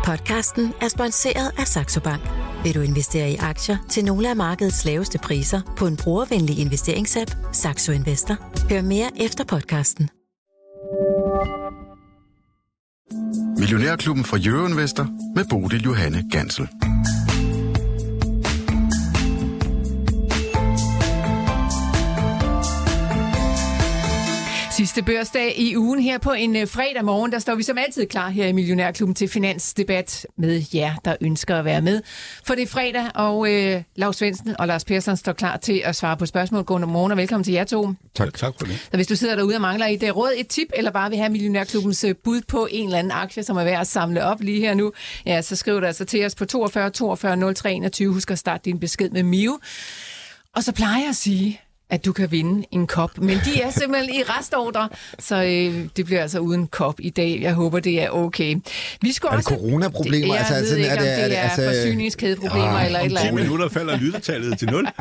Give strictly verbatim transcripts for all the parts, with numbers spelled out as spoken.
Podcasten er sponsoreret af Saxo Bank. Vil du investere i aktier til nogle af markedets laveste priser på en brugervenlig investeringsapp, Saxo Investor? Hør mere efter podcasten. Millionærklubben fra Euroinvestor med Bodil Johanne Gansel. Sidste børsdag i ugen her på en fredag morgen, der står vi som altid klar her i Millionærklubben til finansdebat med jer, der ønsker at være med. For det er fredag, og øh, Lars Svendsen og Lars Persson står klar til at svare på spørgsmål. God morgen og velkommen til jer to. Tak, tak for det. Så hvis du sidder derude og mangler et råd, et tip, eller bare vil have Millionærklubbens bud på en eller anden aktie, som er værd at samle op lige her nu, ja, så skriv det altså til os på toogfyrre toogfyrre nul tre enogtyve. Husk at starte din besked med Mio. Og så plejer jeg at sige, at du kan vinde en kop. Men de er simpelthen i restordre, så øh, det bliver altså uden kop i dag. Jeg håber, det er okay. Vi skal er det også... coronaproblemer? Jeg altså, ved sådan, ikke, er det, om det er, det er altså... forsyningskædeproblemer ja, eller et eller andet. Om ti minutter falder lyttertallet til nul.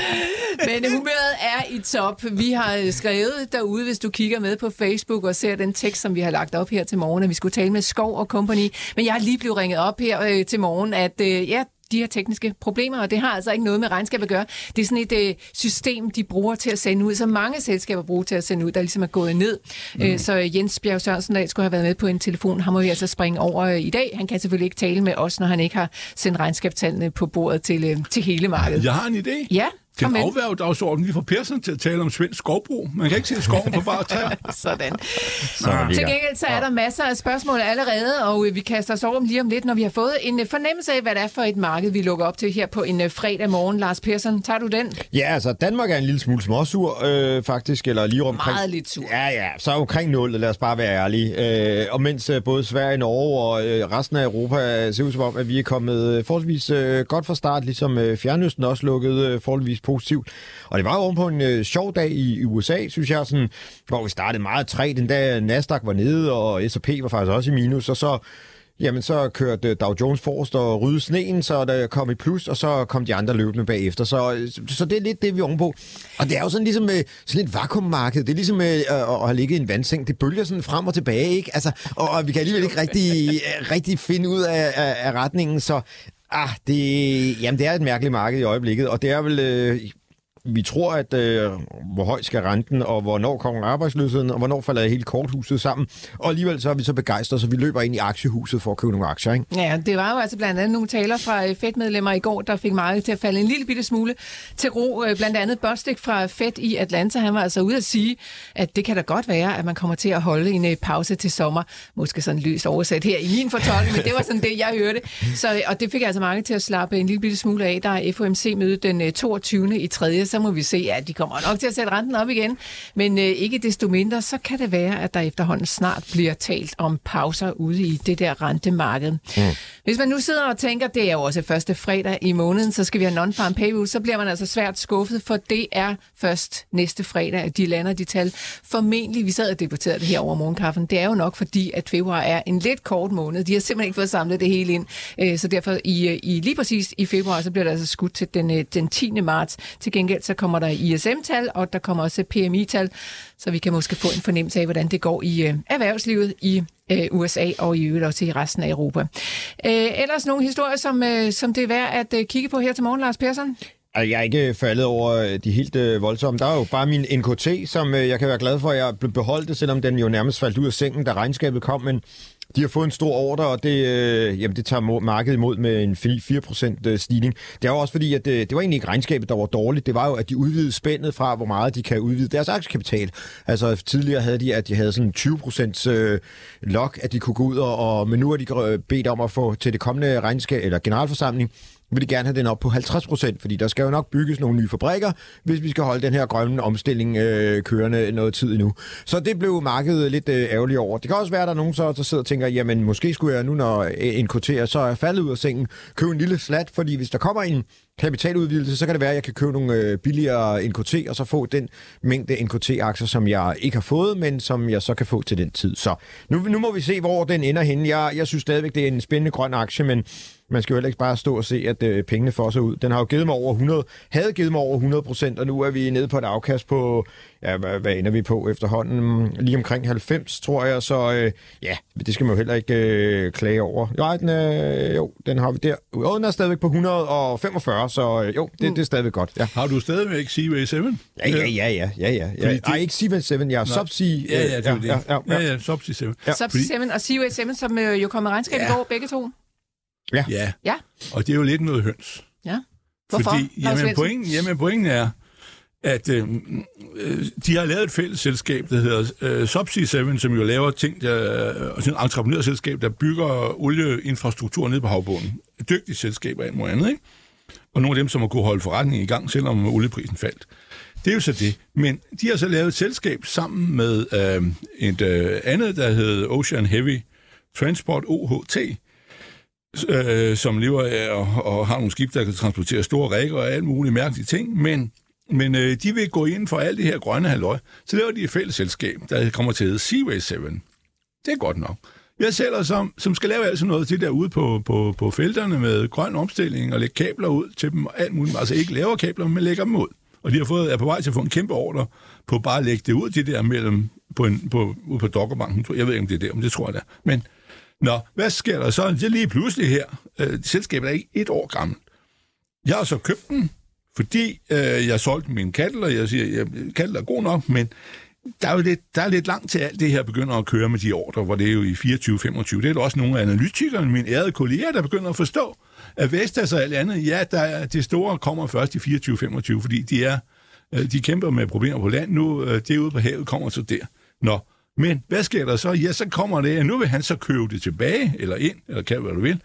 Men humøret er i top. Vi har skrevet derude, hvis du kigger med på Facebook og ser den tekst, som vi har lagt op her til morgen, at vi skulle tale med Skov og Company. Men jeg har lige blevet ringet op her øh, til morgen, at øh, ja, de her tekniske problemer, og det har altså ikke noget med regnskab at gøre. Det er sådan et øh, system, de bruger til at sende ud, så mange selskaber bruger til at sende ud, der ligesom er gået ned. Mm. Øh, så Jens Bjerg Sørensen, der skulle have været med på en telefon, ham må vi altså springe over øh, i dag. Han kan selvfølgelig ikke tale med os, når han ikke har sendt regnskabstallene på bordet til, øh, til hele markedet. Jeg har en idé. Ja. Det er en afværgedagsorden lige fra Persson til at tale om svensk skovbrug. Man kan ikke se skoven på bare træer. Sådan. Til gengæld så er der masser af spørgsmål allerede, og vi kaster os over lige om lidt, når vi har fået en fornemmelse af, hvad det er for et marked, vi lukker op til her på en fredag morgen. Lars Persson, tager du den? Ja, altså Danmark er en lille smule småsur, øh, faktisk, eller lige omkring... Meget lidt sur. Ja, ja, så omkring nul, lad os bare være ærlige. Øh, og mens øh, både Sverige, Norge og øh, resten af Europa ser ud som om, at vi er kommet øh, forholdsvis øh, godt fra start, ligesom øh, Fjernøsten også lukkede øh, forholdsvis positivt. Og det var jo oven på en øh, sjov dag i U S A, synes jeg, sådan, hvor vi startede meget træt. Den dag Nasdaq var nede, og S og P var faktisk også i minus, og så, jamen, så kørte Dow Jones forrest og ryddede sneen, så der kom i plus, og så kom de andre løbende bagefter. Så, så det er lidt det, vi er ovenpå. Og det er jo sådan ligesom med sådan et vakuummarked. Det er ligesom med øh, at have ligget i en vandseng. Det bølger sådan frem og tilbage, ikke? Altså, og, og vi kan alligevel ikke rigtig, rigtig finde ud af, af, af retningen, så ah, det, jamen, det er et mærkeligt marked i øjeblikket, og det er vel... Øh, Vi tror, at øh, hvor højt skal renten, og hvornår kommer arbejdsløsheden, og hvornår falder hele korthuset sammen. Og alligevel så er vi så begejstrede, så vi løber ind i aktiehuset for at købe nogle aktier, ikke? Ja, det var jo altså blandt andet nogle taler fra Fed-medlemmer i går, der fik markedet til at falde en lille bitte smule til ro. Blandt andet Bostic fra Fed i Atlanta, han var altså ude at sige, at det kan da godt være, at man kommer til at holde en pause til sommer. Måske sådan løst oversat her i min fortolkning, men det var sådan det, jeg hørte. Så, og det fik altså markedet til at slappe en lille bitte smule af. Der er F O M C-møde den toogtyvende i tredje Så må vi se, at de kommer nok til at sætte renten op igen. Men øh, ikke desto mindre, så kan det være, at der efterhånden snart bliver talt om pauser ude i det der rentemarked. Mm. Hvis man nu sidder og tænker, det er jo også første fredag i måneden, så skal vi have non-farm payroll, så bliver man altså svært skuffet, for det er først næste fredag, at de lander de tal. Formentlig, vi sad og debatterede det her over morgenkaffen, det er jo nok fordi, at februar er en lidt kort måned. De har simpelthen ikke fået samlet det hele ind. Øh, så derfor i, i lige præcis i februar, så bliver det altså skudt til den, den tiende marts. Til gengæld så kommer der I S M-tal, og der kommer også P M I-tal, så vi kan måske få en fornemmelse af, hvordan det går i øh, erhvervslivet i øh, U S A og i øvrigt også i resten af Europa. Øh, ellers nogle historier, som, øh, som det er værd at øh, kigge på her til morgen, Lars Persson? Jeg er ikke faldet over de helt øh, voldsomme. Der er jo bare min N K T, som øh, jeg kan være glad for, at jeg blev beholdt, selvom den jo nærmest faldt ud af sengen, da regnskabet kom, men de har fået en stor ordre, og det, øh, jamen det tager markedet imod med en fire procent stigning. Det er jo også fordi, at det, det var egentlig ikke regnskabet, der var dårligt. Det var jo, at de udvidede spændet fra, hvor meget de kan udvide deres aktiekapital. Altså tidligere havde de, at de havde sådan tyve procent øh, lock, at de kunne gå ud, og, og men nu har de bedt om at få til det kommende regnskab, eller generalforsamling, vil de gerne have den op på halvtreds procent, fordi der skal jo nok bygges nogle nye fabrikker, hvis vi skal holde den her grønne omstilling øh, kørende noget tid endnu. Så det blev markedet lidt øh, ærgerligt over. Det kan også være, at der er nogen, så, der sidder og tænker, jamen måske skulle jeg nu, når N K T så er faldet ud af sengen, købe en lille slat, fordi hvis der kommer en kapitaludvidelse, så kan det være, at jeg kan købe nogle øh, billigere N K T, og så få den mængde N K T-aktier, som jeg ikke har fået, men som jeg så kan få til den tid. Så nu, nu må vi se, hvor den ender henne. Jeg, jeg synes stadigvæk, det er en spændende grøn aktie, men man skal jo heller ikke bare stå og se, at øh, pengene får sig ud. Den har jo givet mig over hundrede, havde givet mig over hundrede procent, og nu er vi nede på et afkast på, ja, hvad, hvad ender vi på efterhånden? Lige omkring halvfems, tror jeg, så øh, ja, det skal man jo heller ikke øh, klage over. Jo, den, øh, jo, den har vi der. Jo, den er stadigvæk på et hundrede og femogfyrre, så øh, jo, det, det er stadigvæk godt. Ja. Har du stadigvæk Seaway syv? Ja, ja, ja, ja, ja, ja. ja. Det... Nej, ikke Seaway syv, jeg er Subsea. Ja, ja, det er ja, det. Ja, ja, ja, ja, Subsea syv. Ja. Subsea syv og Seaway syv, som øh, jo kom med regnskab ja. i går, begge to. Ja. ja. Ja. Og det er jo lidt noget høns. Ja. Hvorfor? Fordi, jamen, pointen, jamen, pointen er, at øh, de har lavet et fælles selskab, der hedder øh, Subsea syv, som jo laver ting, der, øh, sådan et entreprenørselskab, der bygger olieinfrastruktur ned på havbunden. Et dygtigt selskab og alt muligt andet, ikke? Og nogle af dem, som har kunnet holde forretningen i gang, selvom olieprisen faldt. Det er jo så det. Men de har så lavet et selskab sammen med øh, et øh, andet, der hedder Ocean Heavy Transport, O H T, øh, som lever af og, og har nogle skib, der kan transportere store rækker og alt muligt mærkelige ting, men, men øh, de vil gå ind for alt det her grønne halløj. Så laver de et fælles selskab, der kommer til at hedde Seaway syv. Det er godt nok. Jeg sælger som, som skal lave altså noget til derude på, på, på felterne med grøn omstilling og lægge kabler ud til dem og alt muligt. Altså ikke laver kabler, men lægger dem ud. Og de har fået, er på vej til at få en kæmpe ordre på bare at lægge det ud, det der mellem på, en, på, ude på Dokkerbanken. Jeg ved ikke, om det er der, men det tror jeg da. Men nå, hvad sker der så? Det er lige pludselig her. Øh, selskabet er ikke et år gammelt. Jeg har så købt den, fordi øh, jeg solgte min Cattle, og jeg siger, at Cattle er god nok, men der er jo lidt, der er lidt langt til alt det her begynder at køre med de ordre, hvor det er jo i fireogtyve femogtyve. Det er der også nogle af analytikerne, mine ærede kolleger, der begynder at forstå, at Vestas og alt andet, ja, der er, det store kommer først i fireogtyve femogtyve, fordi de, er, de kæmper med problemer på land nu. Det ude på havet kommer så der. Nå, men hvad sker der så? Ja, så kommer det, at nu vil han så købe det tilbage, eller ind, eller kan hvad du vil.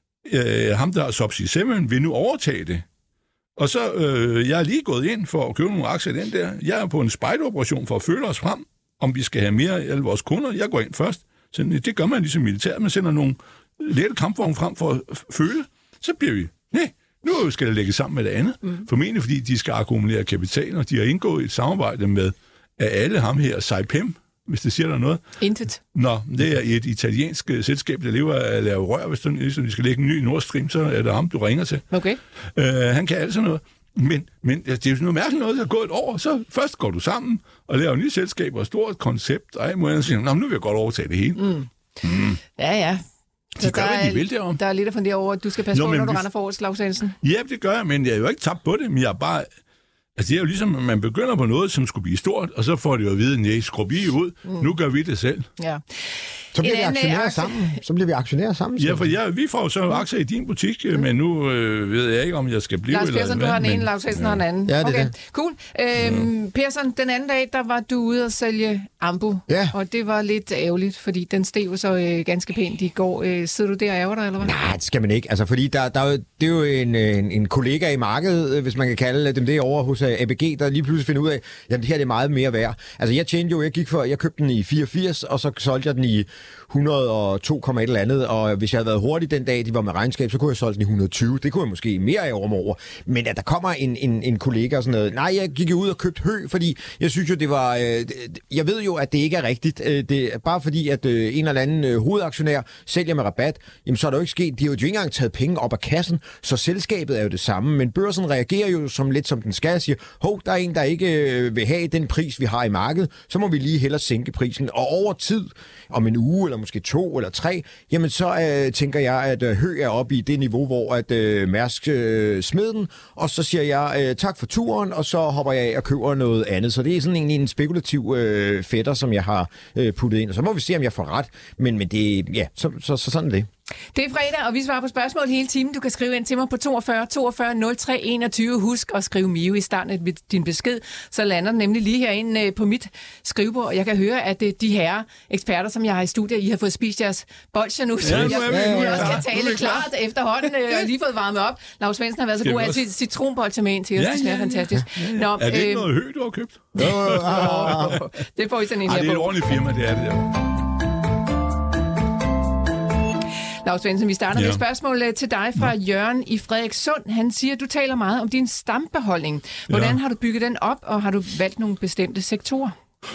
Øh, ham, der har Subsea syv, vil nu overtage det. Og så, øh, jeg er lige gået ind for at købe nogle aktier i den der. Jeg er på en spejderoperation for at føle os frem, om vi skal have mere af alle vores kunder. Jeg går ind først. Så det gør man ligesom militæret. Man sender nogle lette kampvogne frem for at føle. Så bliver vi, nej, nu skal det lægge sammen med det andet. Mm. Formentlig fordi de skal akkumulere kapital, og de har indgået et samarbejde med af alle ham her, Saipem, hvis det siger der noget. Intet. Nå, det er et italiensk selskab, der lever af at lave rør. Hvis de skal lægge en ny Nord Stream, så er det ham, du ringer til. Okay. Uh, han kan altså noget. Men, men det er jo noget mærkeligt noget, der er gået et år. Så først går du sammen og laver nye selskaber, og stort koncept, og må jeg sige, nå, nu vil jeg godt overtage det hele. Mm. Mm. Ja, ja. De gør, hvad de vil derom. Der er lidt at fundere over, at du skal passe Nå, på, når du vi... render for Claus Hansen. Ja, det gør jeg, men jeg er jo ikke tabt på det, men jeg er bare... Altså, det er jo ligesom, at man begynder på noget, som skulle blive stort, og så får det jo at vide, nej, skrub I ud, mm. nu gør vi det selv. Ja. Så bliver vi aktionærer sammen. Så bliver vi aktionærer sammen. Ja, for jeg, vi får så aktier i din butik, mm. men nu øh, ved jeg ikke, om jeg skal blive... Lars Persson, du har den ene, Claus Hansen ja. har den anden. Ja, det okay, det. Cool. Øhm, ja. Persson, den anden dag, der var du ude at sælge Ambu, ja. og det var lidt ærgerligt, fordi den steg jo så øh, ganske pænt i går. Øh, sidder du der og ærger dig, eller hvad? Nej, det skal man ikke. Altså, fordi der, der er jo, det er jo en, en, en kollega i markedet, hvis man kan kalde dem det, over hos A B G, der lige pludselig finder ud af, at det her det er meget mere værd. Altså, jeg tjente jo, jeg gik for, jeg købte den i fireogfirs, og så solgte jeg den i hundrede og to komma et eller andet, og hvis jeg havde været hurtig den dag, de var med regnskab, så kunne jeg solgte den i et hundrede og tyve. Det kunne jeg måske mere af over over. Men at der kommer en, en, en kollega og sådan noget, nej, jeg gik ud og købte hø, fordi jeg synes jo, det var, øh, jeg ved jo, at det ikke er rigtigt. Øh, det er bare fordi, at øh, en eller anden øh, hovedaktionær sælger med rabat, jamen så er der jo ikke sket. De har jo ikke engang taget penge op af kassen, så selskabet er jo det samme, men børsen reagerer jo som lidt som den skal og siger, hov, der er en, der ikke øh, vil have den pris, vi har i markedet, så må vi lige hellere sænke prisen. Og over tid, om en uge, eller måske to eller tre, jamen så øh, tænker jeg, at øh, hø er oppe i det niveau, hvor at øh, Mærsk øh, smed den, og så siger jeg øh, tak for turen, og så hopper jeg af og køber noget andet. Så det er sådan egentlig en spekulativ øh, fætter, som jeg har øh, puttet ind, og så må vi se, om jeg får ret, men, men det, ja, så, så, så sådan det. Det er fredag, og vi svarer på spørgsmål hele timen. Du kan skrive ind til mig på toogfyrre toogfyrre nul tre enogtyve. Husk at skrive Mio i starten af din besked, så lander den nemlig lige herinde på mit skrivebord. Jeg kan høre, at de her eksperter, som jeg har i studiet, I har fået spist jeres bolsjer nu, så ja, jeg, jeg, jeg også kan tale ja, klart efterhånden. Jeg har lige fået varmet op. Claus Svendsen har været så god at have citronbolsjer med ind til os. Ja, det smager ja, ja, fantastisk. Ja, ja. Nå, er det ikke øh, noget højt, du har købt? Det får I sådan en her på. Det er et ordentligt firma, det er det der. Lars Svendsen, vi starter ja. med et spørgsmål til dig fra ja. Jørgen i Frederikssund. Han siger, du taler meget om din stambeholdning. Hvordan ja. har du bygget den op, og har du valgt nogle bestemte sektorer?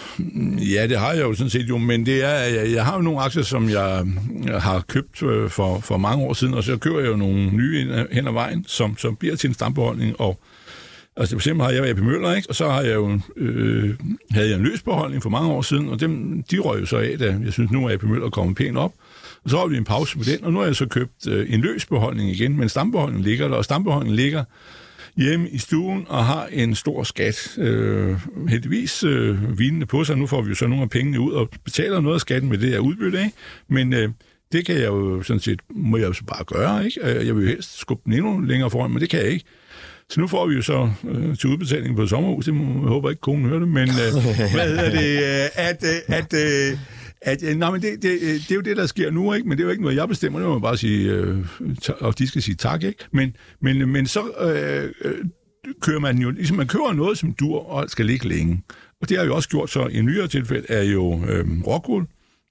Ja, det har jeg jo sådan set jo, men det er, jeg, jeg har jo nogle aktier, som jeg, jeg har købt for, for mange år siden, og så køber jeg jo nogle nye hen ad vejen, som, som bliver til en stambeholdning, og altså for eksempel har jeg været A P Møller, ikke? Og så har jeg jo, øh, havde jeg en løs beholdning for mange år siden, og dem, de røg jo så af, da jeg synes, nu er A P Møller kommet pænt op. Og så har vi en pause med den, og nu har jeg så købt øh, en løs beholdning igen, men stambeholdningen ligger der, og stambeholdningen ligger hjemme i stuen og har en stor skat. Øh, heldigvis øh, hvilende på sig. Nu får vi jo så nogle af pengene ud og betaler noget af skatten med det her udbytte, ikke? Men øh, det kan jeg jo sådan set, må jeg jo så bare gøre, ikke? Jeg vil jo helst skubbe den endnu længere foran, men det kan jeg ikke. Så nu får vi jo så øh, til udbetaling på et sommerhus. Det må, jeg håber ikke, konen hører det, men øh, hvad hedder det? Øh, at, øh, at, øh, at, øh, nej, men det, det, det er jo det, der sker nu, ikke? Men det er jo ikke noget, jeg bestemmer. Det må man bare sige, øh, og de skal sige tak, ikke? Men, men, men så øh, øh, kører man jo, ligesom man kører noget, som dur og skal ligge længe. Og det har jo også gjort så i nyere tilfælde, er jo øh, Rockwool,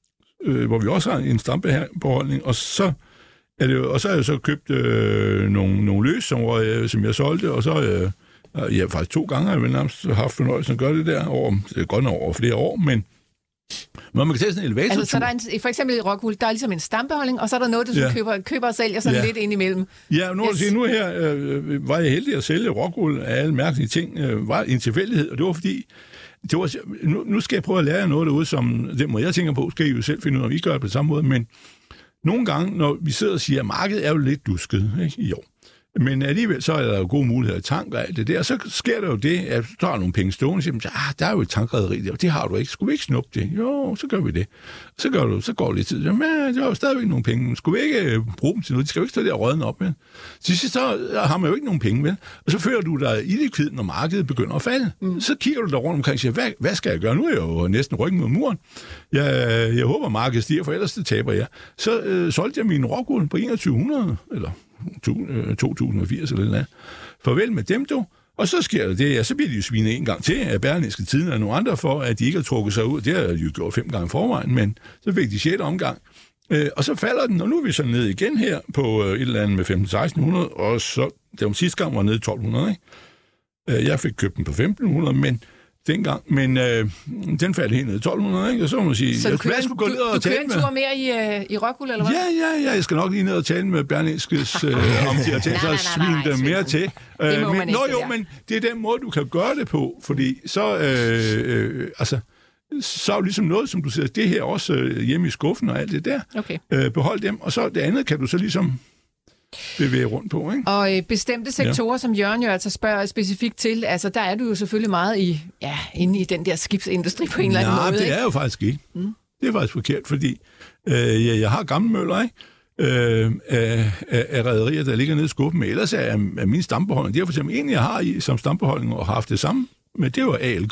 øh, hvor vi også har en stambeholdning, og så er det jo, og så har jeg så købt øh, nogle, nogle løs, som, øh, som jeg solgte, og så øh, ja, faktisk to gange har jeg vel nærmest haft fornøjelsen at gøre det der over, det er godt nok over flere år, men når man kan tage sådan en elevator. Altså, så der er en, for eksempel i Rockwool, der er ligesom en stambeholdning, og så er der noget, du ja. køber, køber og sælger sådan ja. lidt ind imellem. Ja, nu, yes. sige, nu her øh, var jeg heldig at sælge Rockwool af alle mærkelige ting, øh, var en tilfældighed, og det var fordi, det var, nu, nu skal jeg prøve at lære noget derude, som den måde jeg tænker på, skal I jo selv finde ud af, om I gør det på samme måde, men nogle gange, når vi sidder og siger, at markedet er jo lidt dusket, ikke? Jo. Men alligevel, så er der jo gode muligheder i tank og alt det der. Så sker der jo det, at du tager nogle penge stående og siger, ah, der er jo et tankrederi der, og det har du ikke. Skulle vi ikke snuppe det? Jo, så gør vi det. Så, gør du, så går det lidt tid. Jamen, der er jo stadigvæk nogle penge. Skulle vi ikke bruge dem til noget? De skal jo ikke stå der og rådne op med. Så, så har man jo ikke nogen penge med. Og så føler du dig illikvid, når markedet begynder at falde. Mm. Så kigger du der rundt omkring og siger, hvad, hvad skal jeg gøre? Nu er jeg jo næsten ryggen mod muren. Jeg, jeg håber, markedet stiger, for ellers det taber jeg. Så øh, solgte jeg min Rockwool på enogtyve hundrede, eller to tusind og firs eller noget. Farvel med dem, du. Og så sker der det, ja, så bliver de jo svinet en gang til af Berlingske Tidende og nogle andre for, at de ikke har trukket sig ud. Det har de jo gjort fem gange i forvejen, men så fik de sjette omgang. Øh, og så falder den, og nu er vi så nede igen her på øh, et eller andet med femten til seksten hundrede, og så, det var sidste gang, var nede i tolv hundrede, ikke? Øh, jeg fik købt den på femten hundrede, men dengang, men øh, den faldt helt ned i tolv hundrede, ikke? Og så må man sige, så du kører, jeg skulle gå du, ned og du tale kører en tur mere i, uh, i Rockwool, eller hvad? Ja, ja, ja, jeg skal nok lige ned og tale med Berlingskes, øh, om de har tænkt sig at svine dem mere til. Øh, men, nå jo, men det er den måde, du kan gøre det på, fordi så, øh, øh, altså, så er jo ligesom noget, som du siger, det her også øh, hjemme i skuffen og alt det der. Okay. Øh, behold dem, og så det andet kan du så ligesom bevæge rundt på, ikke? Og øh, bestemte sektorer, ja. som Jørgen jo altså spørger specifikt til, altså der er du jo selvfølgelig meget i, ja, inde i den der skibsindustri på en eller anden måde. Nej, det ikke? er jo faktisk ikke. Mm. Det er faktisk forkert, fordi øh, jeg, jeg har gamle møller, ikke? Øh, af, af, af rederier, der ligger nede i skuffen, men ellers er, er min stambeholdning, det er for eksempel en, jeg har i som stambeholdning og har haft det samme, men det var A L K.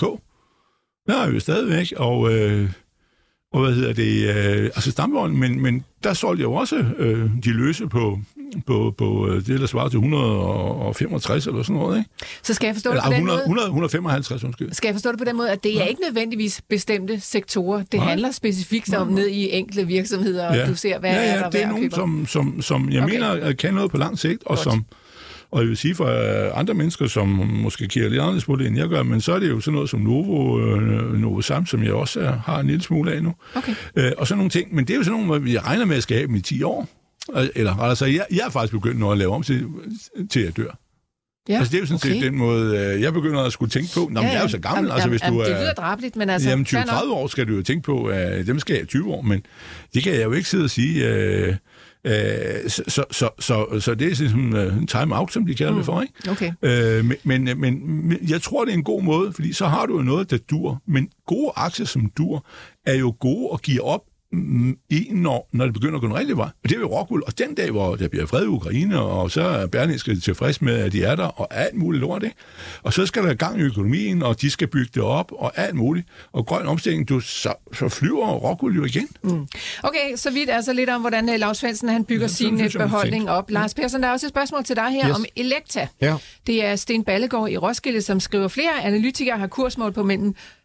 Der er jo stadigvæk, og øh, og hvad hedder det, øh, altså stambeholdning, men, men der solgte jeg jo også øh, de løse på på, på det, der svarer til et hundrede og femogtres eller sådan noget, ikke? Så skal jeg forstå det eller, på den hundrede, måde? hundrede, et hundrede og femoghalvtreds, undskyld. Skal jeg forstå det på den måde, at det er ja. ikke nødvendigvis bestemte sektorer. Det Nej. handler specifikt om ned i enkelte virksomheder, og ja. du ser, hvad ja, ja, er der det er nogen, som, som, som jeg okay. mener kan noget på lang sigt, og Godt. som og jeg vil sige for andre mennesker, som måske kigger lidt anderledes på det, end jeg gør, men så er det jo sådan noget som Novo, øh, Novozymes, som jeg også er, har en lille smule af nu. Okay. Øh, og sådan nogle ting. Men det er jo sådan nogle, jeg regner med at skabe dem i ti år. Eller altså, jeg, jeg er faktisk begyndt nu at lave om til, til at dør. Ja, altså, det er jo sådan okay. set den måde, jeg begynder at skulle tænke på. Nå, ja, ja. Jeg er jo så gammel. Jamen, altså, hvis jamen, du er, det lyder drabeligt, men altså... Jamen, tyve til tredive år skal du jo tænke på, at dem skal jeg tyve år, men det kan jeg jo ikke sidde og sige... Øh, øh, så, så, så, så, så det er sådan en time-out, som de kalder mm. det for, ikke? Okay. Øh, men, men, men jeg tror, det er en god måde, fordi så har du jo noget, der dur. Men gode aktier, som dur, er jo gode at give op i, når, når det begynder at gå en rigtig vej. Og det er jo Rockwool, og den dag, hvor der bliver fred i Ukraine, og så er Berlingske tilfreds med, at de er der, og alt muligt lort, ikke? Og så skal der gang i økonomien, og de skal bygge det op, og alt muligt. Og grøn omstilling, du, så, så flyver Rockwool jo igen. Mm. Okay, så vidt altså lidt om, hvordan uh, Lars Svendsen, han bygger ja, sin jeg, beholdning op. Lars Persson, der er også et spørgsmål til dig her yes. om Elekta. Ja. Det er Sten Ballegaard i Roskilde, som skriver, flere analytikere har kursmål på mellem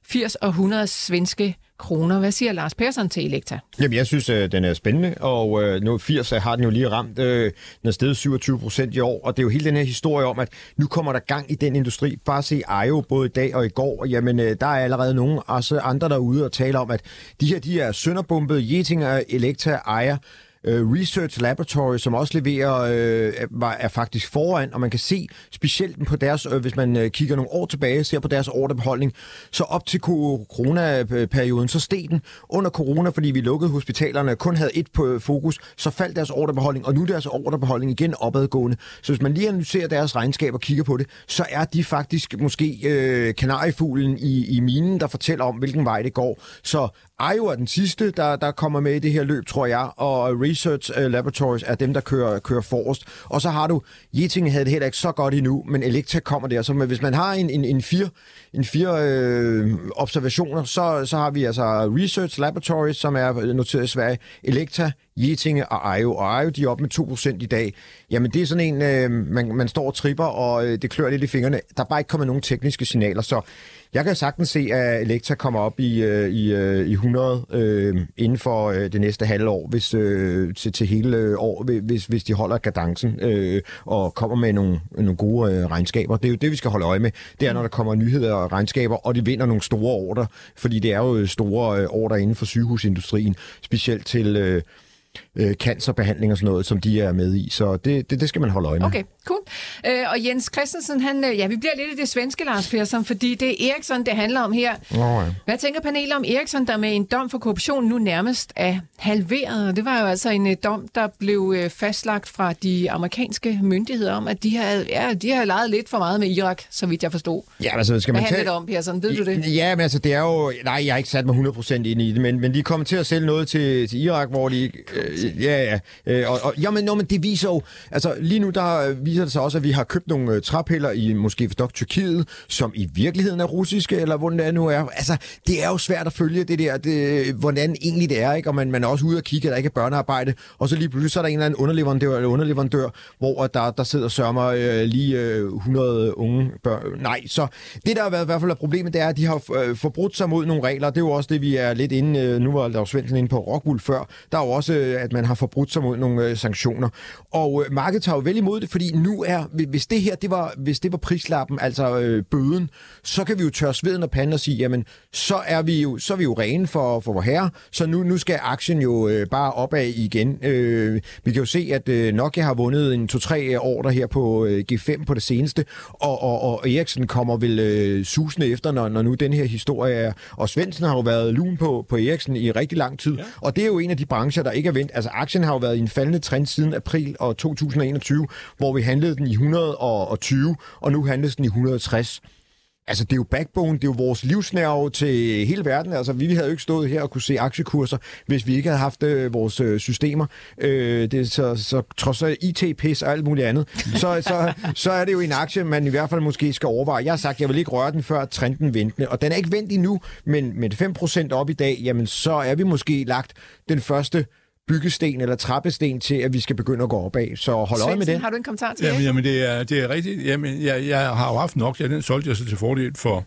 firs og hundrede svenske kroner. Hvad siger Lars Persson til Elekta? Jamen, jeg synes, øh, den er spændende, og øh, nu firs har den jo lige ramt. Øh, den er steget syvogtyve procent i år, og det er jo hele den her historie om, at nu kommer der gang i den industri. Bare se Ajo både i dag og i går, og jamen, øh, der er allerede nogen, også andre derude og taler om, at de her, de er sønderbumpet. Getinge, Elekta, ejer Research Laboratory, som også leverer, øh, er faktisk foran, og man kan se specielt på deres, øh, hvis man øh, kigger nogle år tilbage, ser på deres ordrebeholdning, så op til coronaperioden, så steg den under corona, fordi vi lukkede hospitalerne, kun havde et på fokus, så faldt deres ordrebeholdning, og nu er deres ordrebeholdning igen opadgående. Så hvis man lige analyserer deres regnskab og kigger på det, så er de faktisk måske øh, kanariefuglen i, i minen, der fortæller om, hvilken vej det går. Så Ajo er den sidste, der, der kommer med i det her løb, tror jeg, og Research Laboratories er dem, der kører, kører forrest. Og så har du, Getinge havde det heller ikke så godt endnu, men Elekta kommer der. Så hvis man har en, en, en fire, en fire øh, observationer, så, så har vi altså Research Laboratories, som er noteret i Sverige, Elekta, Getinge og Ajo. Og Ajo, de er op med to procent i dag. Jamen, det er sådan en, øh, man, man står og tripper, og øh, det klør lidt i fingrene. Der er bare ikke kommet nogen tekniske signaler, så jeg kan sagtens se, at Elekta kommer op i, øh, i, øh, i hundrede øh, inden for øh, det næste halve år, hvis, øh, til, til hele øh, år, hvis, hvis de holder kadencen øh, og kommer med nogle, nogle gode øh, regnskaber. Det er jo det, vi skal holde øje med. Det er, når der kommer nyheder og regnskaber, og de vinder nogle store ordrer, fordi det er jo store øh, ordrer inden for sygehusindustrien, specielt til Øh, Øh, cancerbehandling og sådan noget, som de er med i. Så det, det, det skal man holde øje med. Okay, cool. Øh, og Jens Christensen, han, ja, vi bliver lidt i det svenske, Lars Persson, fordi det er Ericsson, det handler om her. Oh, ja. Hvad tænker panelet om Ericsson, der med en dom for korruption nu nærmest er halveret? Det var jo altså en dom, der blev fastlagt fra de amerikanske myndigheder om, at de har, ja, de har leget lidt for meget med Irak, så vidt jeg forstod. Ja, altså, skal man Hvad handler det om, Persson? Ved du det? Ja, men altså, det er jo... Nej, jeg har ikke sat mig hundrede procent ind i det, men, men de kommer til at sælge noget til, til Irak, hvor de... Øh, ja, ja. Øh, og, og, jamen, no, men det viser jo... Altså, lige nu, der viser det sig også, at vi har købt nogle øh, træpiller i måske forstået Tyrkiet, som i virkeligheden er russiske, eller hvordan det nu er. Altså, det er jo svært at følge det der, det, hvordan egentlig det er, ikke? Og man, man er også ude og kigge, at der ikke er børnearbejde, og så lige pludselig så er der en eller anden underleverandør, eller underleverandør hvor der, der sidder og sørger øh, lige øh, hundrede unge børn. Nej, så det, der har været i hvert fald problemet, det er, at de har øh, forbrudt sig mod nogle regler. Det er jo også det, vi er lidt inde... Øh, nu var der jo Svendsen inde på Rockwool før. Der er jo også, øh, at man har forbrudt sig mod nogle øh, sanktioner. Og øh, markedet tager jo vel imod det, fordi nu er, hvis det her, det var, hvis det var prislappen, altså øh, bøden, så kan vi jo tørre sveden og panden og sige, jamen, så er vi jo, så er vi jo rene for, for vor herre, så nu, nu skal aktien jo øh, bare opad igen. Øh, vi kan jo se, at øh, Nokia har vundet en to-tre ordre her på øh, G fem på det seneste, og, og, og Ericsson kommer vel øh, susende efter, når, når nu den her historie er. Og Svendsen har jo været lun på, på Ericsson i rigtig lang tid, ja. Og det er jo en af de brancher, der ikke er vendt. Altså, aktien har jo været i en faldende trend siden april og to tusind og enogtyve, hvor vi handlede den i et hundrede og tyve, og nu handles den i et hundrede og tres. Altså, det er jo backbone, det er jo vores livsnerve til hele verden. Altså, vi havde jo ikke stået her og kunne se aktiekurser, hvis vi ikke havde haft øh, vores øh, systemer. Øh, det, så, så trods I T-pis og alt muligt andet, så, så, så er det jo en aktie, man i hvert fald måske skal overveje. Jeg har sagt, jeg vil ikke røre den, før trenden ventende. Og den er ikke vendt endnu, men med fem procent op i dag, jamen, så er vi måske lagt den første byggesten eller trappesten til, at vi skal begynde at gå opad. Så hold Svendsen, øje med det. Har du en kommentar til jamen, det? Jamen, det er, det er rigtigt. Jamen, jeg, jeg har jo haft nok. Ja, den solgte jeg så til fordel for,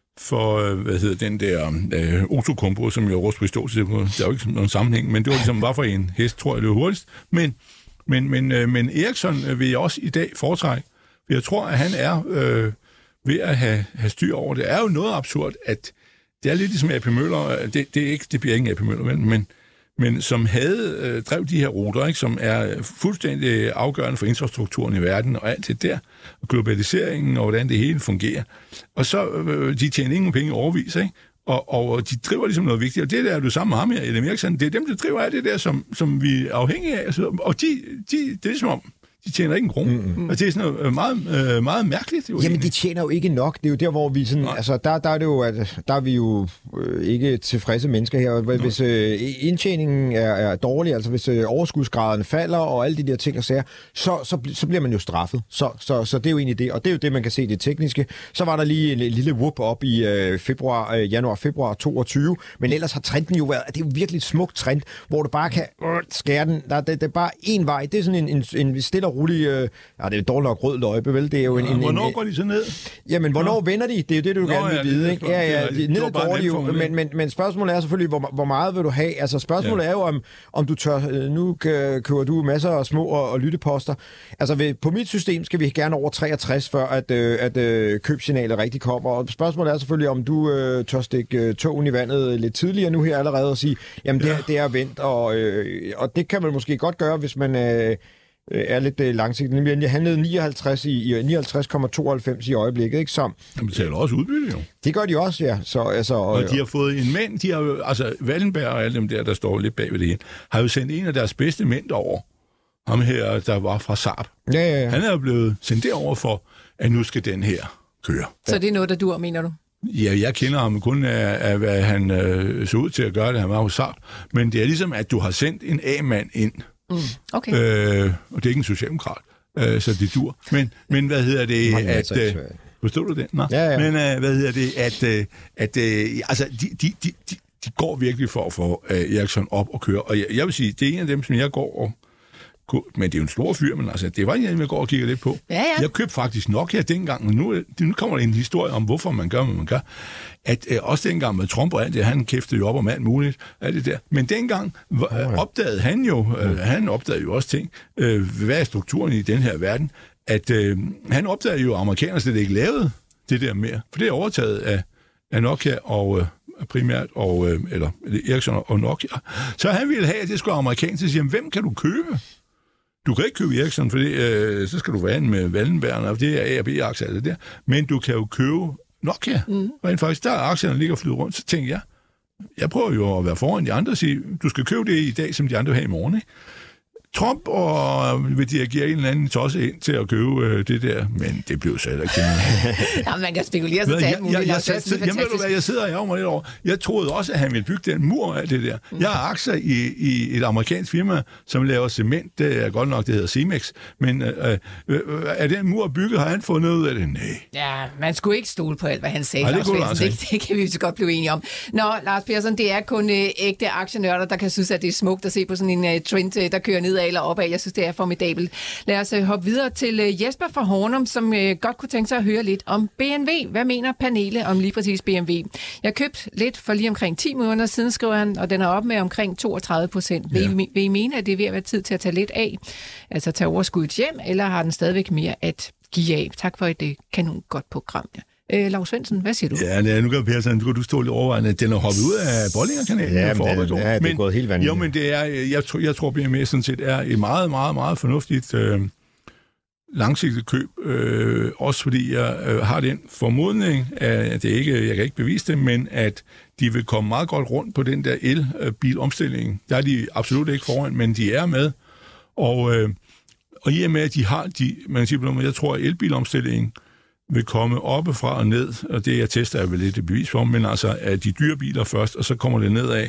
for hvad hedder den der øh, Outokumpu, som jo rust på stå til. Der er jo ikke nogen sammenhæng, men det var ligesom, var for en hest, tror jeg, det var hurtigst. Men, men, men, øh, men Ericsson vil jeg også i dag foretrække. Jeg tror, at han er øh, ved at have, have styr over det. Det er jo noget absurd, at det er lidt ligesom A P Møller. Det, det, er ikke, det bliver ikke A P Møller, men men som havde øh, drevet de her ruter, ikke, som er fuldstændig afgørende for infrastrukturen i verden og alt det der, og globaliseringen og hvordan det hele fungerer. Og så øh, de tjener ingen penge overvis, ikke? Og, og de driver ligesom noget vigtigt, og det der er du sammen med ham her i Ericsson, det er dem, der driver af det der, som, som vi er afhængige af. Altså, og de, de, det er ligesom om, de tjener ikke en krone. Mm-hmm. Og det er sådan noget meget, øh, meget mærkeligt. Jamen, egentlig. De tjener jo ikke nok. Det er jo der, hvor vi sådan... Nej. Altså, der, der er det jo, at der er vi jo øh, ikke tilfredse mennesker her. Hvis øh, indtjeningen er, er dårlig, altså hvis øh, overskudsgraderne falder, og alle de der ting og sager, så, så, så bliver man jo straffet. Så, så, så det er jo egentlig det. Og det er jo det, man kan se, det tekniske. Så var der lige en, en lille whoop op i øh, februar, øh, januar-februar toogtyve, men ellers har trenden jo været... Det er jo virkelig et smukt trend, hvor du bare kan øh, skære den. Der, det, det er bare én vej. Det er sådan en, en, en stille og roligt... Øh, ja, det er dårligt nok rød løjpe, vel? Det er jo en... Ja, en hvornår en, går de så ned? Jamen, hvornår Nå. vender de? Det er jo det, du Nå, gerne vil ja, vide, ikke? Ja, ja, de, ned går de jo, men, men, men spørgsmålet er selvfølgelig, hvor, hvor meget vil du have? Altså, spørgsmålet ja. er jo, om, om du tør... Nu køber du masser af små og, og lytteposter. Altså, ved, på mit system skal vi gerne over treogtres, før at, øh, at øh, købsignalet rigtig kommer. Og spørgsmålet er selvfølgelig, om du øh, tør stikke øh, tågen i vandet lidt tidligere nu her allerede og sige, jamen, det, ja. det er vendt, og, øh, og det kan man måske godt gøre, hvis man... Øh, er lidt øh, langsigtet. Jeg handlede nioghalvtreds i, i nioghalvtreds komma tooghalvfems i øjeblikket, ikke? Som de betaler også udbytte, jo. Det gør de også, ja. Så, altså, og, og de har fået en mænd, de har jo, altså Wallenberg og alle dem der, der står lidt bag ved det hele, har jo sendt en af deres bedste mænd over. Ham her, der var fra Saab. Ja, ja, ja. Han er jo blevet sendt derover for, at nu skal den her køre. Så det er noget, der dur, mener du? Ja, jeg kender ham kun af, af hvad han øh, så ud til at gøre det, han var hos Saab. Men det er ligesom, at du har sendt en A-mand ind. Mm, okay. Øh, og det er ikke en socialdemokrat, øh, så det dur. Men, men hvad hedder det, Mange at... Øh, forstår du det? Nå. Ja, ja. Men øh, hvad hedder det, at... Øh, at øh, altså, de, de, de, de, de går virkelig for at få øh, Ericsson op og køre. Og jeg, jeg vil sige, det er en af dem, som jeg går og... Men det er jo en stor fyr, men altså, det var en af dem, jeg går og kigger lidt på. Ja, ja. Jeg købte faktisk Nokia dengang, og nu, nu kommer der en historie om, hvorfor man gør, hvad man gør. At øh, også dengang med Trump og alt det, han kæftede jo op om alt muligt, alt det der. Men dengang øh, opdagede han jo, øh, han opdagede jo også ting, øh, hvad er strukturen i den her verden, at øh, han opdagede jo, at amerikanerne slet ikke lavede det der mere. For det er overtaget af, af Nokia og... Øh, primært, og, øh, eller Ericsson og Nokia. Så han ville have, at det skulle amerikansk sige, jamen, hvem kan du købe? Du kan ikke købe Ericsson, for det, øh, så skal du være med Wallenberg, og det er A og B-aktier, det der. Men du kan jo købe Nokia. Mm. Og faktisk, der aktierne ligger og flyder rundt, så tænker jeg, jeg prøver jo at være foran de andre og sige, du skal købe det i dag, som de andre har i morgen, ikke? Trump og vil dirigere en eller anden tosse ind til at købe øh, det der, men det blev så heller ikke det. Ja, man kan spekulere sig til alt muligt. Jeg, jeg, jeg, jeg, jeg, jeg, hvad, jeg sidder og mig lidt over. Jeg troede også, at han ville bygge den mur af det der. Mm. Jeg har aktier i, i et amerikansk firma, som laver cement. Det er godt nok, det hedder Cemex. Men øh, øh, er den mur bygget, har han fået noget ud af det? Nej. Ja, man skulle ikke stole på alt, hvad han sagde. Ej, det, Lars det, det kan vi jo så godt blive enige om. Nå, Lars Persson, det er kun øh, ægte aktionørder, der kan synes, at det er smukt at se på sådan en uh, trend, uh, der kører ned eller opad. Jeg synes, det er formidabelt. Lad os uh, hoppe videre til uh, Jesper fra Hornum, som uh, godt kunne tænke sig at høre lidt om B M W. Hvad mener panelet om lige præcis B M W? Jeg købte lidt for lige omkring ti måneder siden, skriver han, og den er op med omkring toogtredive procent. Ja. Vil, vil I mene, at det er ved at være tid til at tage lidt af? Altså tage overskuddet hjem, eller har den stadigvæk mere at give af? Tak for et uh, kanon godt program. Ja. Øh, Lars Svendsen, hvad siger du? Ja, nu kan Persson, nu kan du stå lidt overvejende, at den er hoppet ud af Bollinger-kanalen. Ja, men det, ja, det men, er gået helt vanvittigt. Jo, men det er, jeg, tror, jeg tror, B M W sådan set er et meget, meget, meget fornuftigt øh, langsigtet køb. Øh, også fordi jeg øh, har den formodning, at det ikke, jeg kan ikke bevise det, men at de vil komme meget godt rundt på den der elbilomstilling. Der er de absolut ikke foran, men de er med. Og, øh, og i og med, at de har, de, man kan sige, jeg tror, at elbilomstillingen vil komme oppefra og ned, og det jeg tester er vel lidt et bevis for, men altså at de dyre biler først, og så kommer det nedad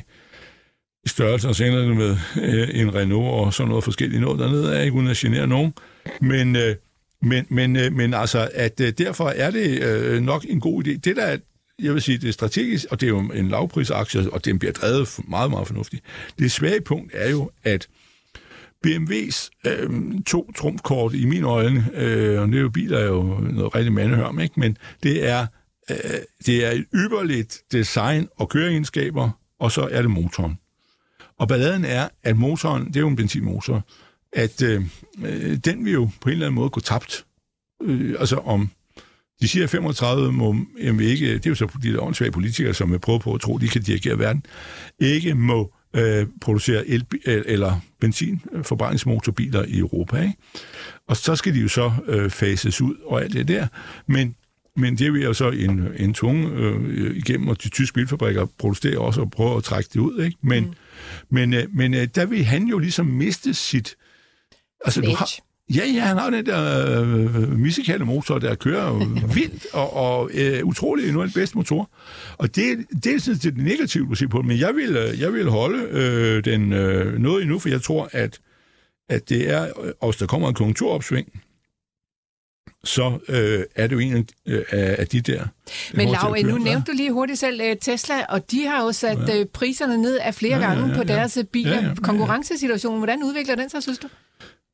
i størrelse, og så ender det med øh, en Renault og sådan noget forskelligt noget dernede af, ikke uden at genere nogen. Men, øh, men, men, øh, men altså, at øh, derfor er det øh, nok en god idé. Det der er, jeg vil sige, det er strategisk, og det er jo en lavprisaktie, og den bliver drevet meget, meget fornuftigt. Det svage punkt er jo, at B M W's øh, to trumfkort i mine øjne, øh, og det er jo biler er jo noget rigtig mandehørm, ikke? Men det er, øh, det er et ypperligt design og køreegenskaber, og så er det motoren. Og balladen er, at motoren, det er jo en benzinmotor, at øh, den vil jo på en eller anden måde gå tabt. Øh, altså om, de siger femogtredive må jamen ikke, det er jo så de der åndssvage politikere, som vil prøve på at tro, de kan dirigere verden, ikke må Øh, producere el- eller benzinforbrændingsmotorbiler i Europa, ikke? Og så skal de jo så øh, fases ud og alt det der, men, men det vil jo så en, en tunge øh, igennem, og de tyske bilfabrikker protesterer også og prøver at trække det ud, ikke? Men, mm. men, øh, men øh, der vil han jo ligesom miste sit... Altså, du har, ja, ja, han har den der øh, musikale motor, der kører vildt og, og øh, utroligt nogle af de bedste motorer. Og det, det er sådan det negative, at sige på, men jeg vil, jeg vil holde øh, den øh, noget endnu, for jeg tror, at, at det er, også der kommer en konjunkturopsving, så øh, er det jo en af, af de der... Men Lau, nu nævnte du lige hurtigt selv uh, Tesla, og de har jo sat ja. uh, priserne ned af flere ja, gange ja, ja, på deres ja. biler. Ja, ja, ja. Konkurrencesituationen, hvordan udvikler den sig, synes du?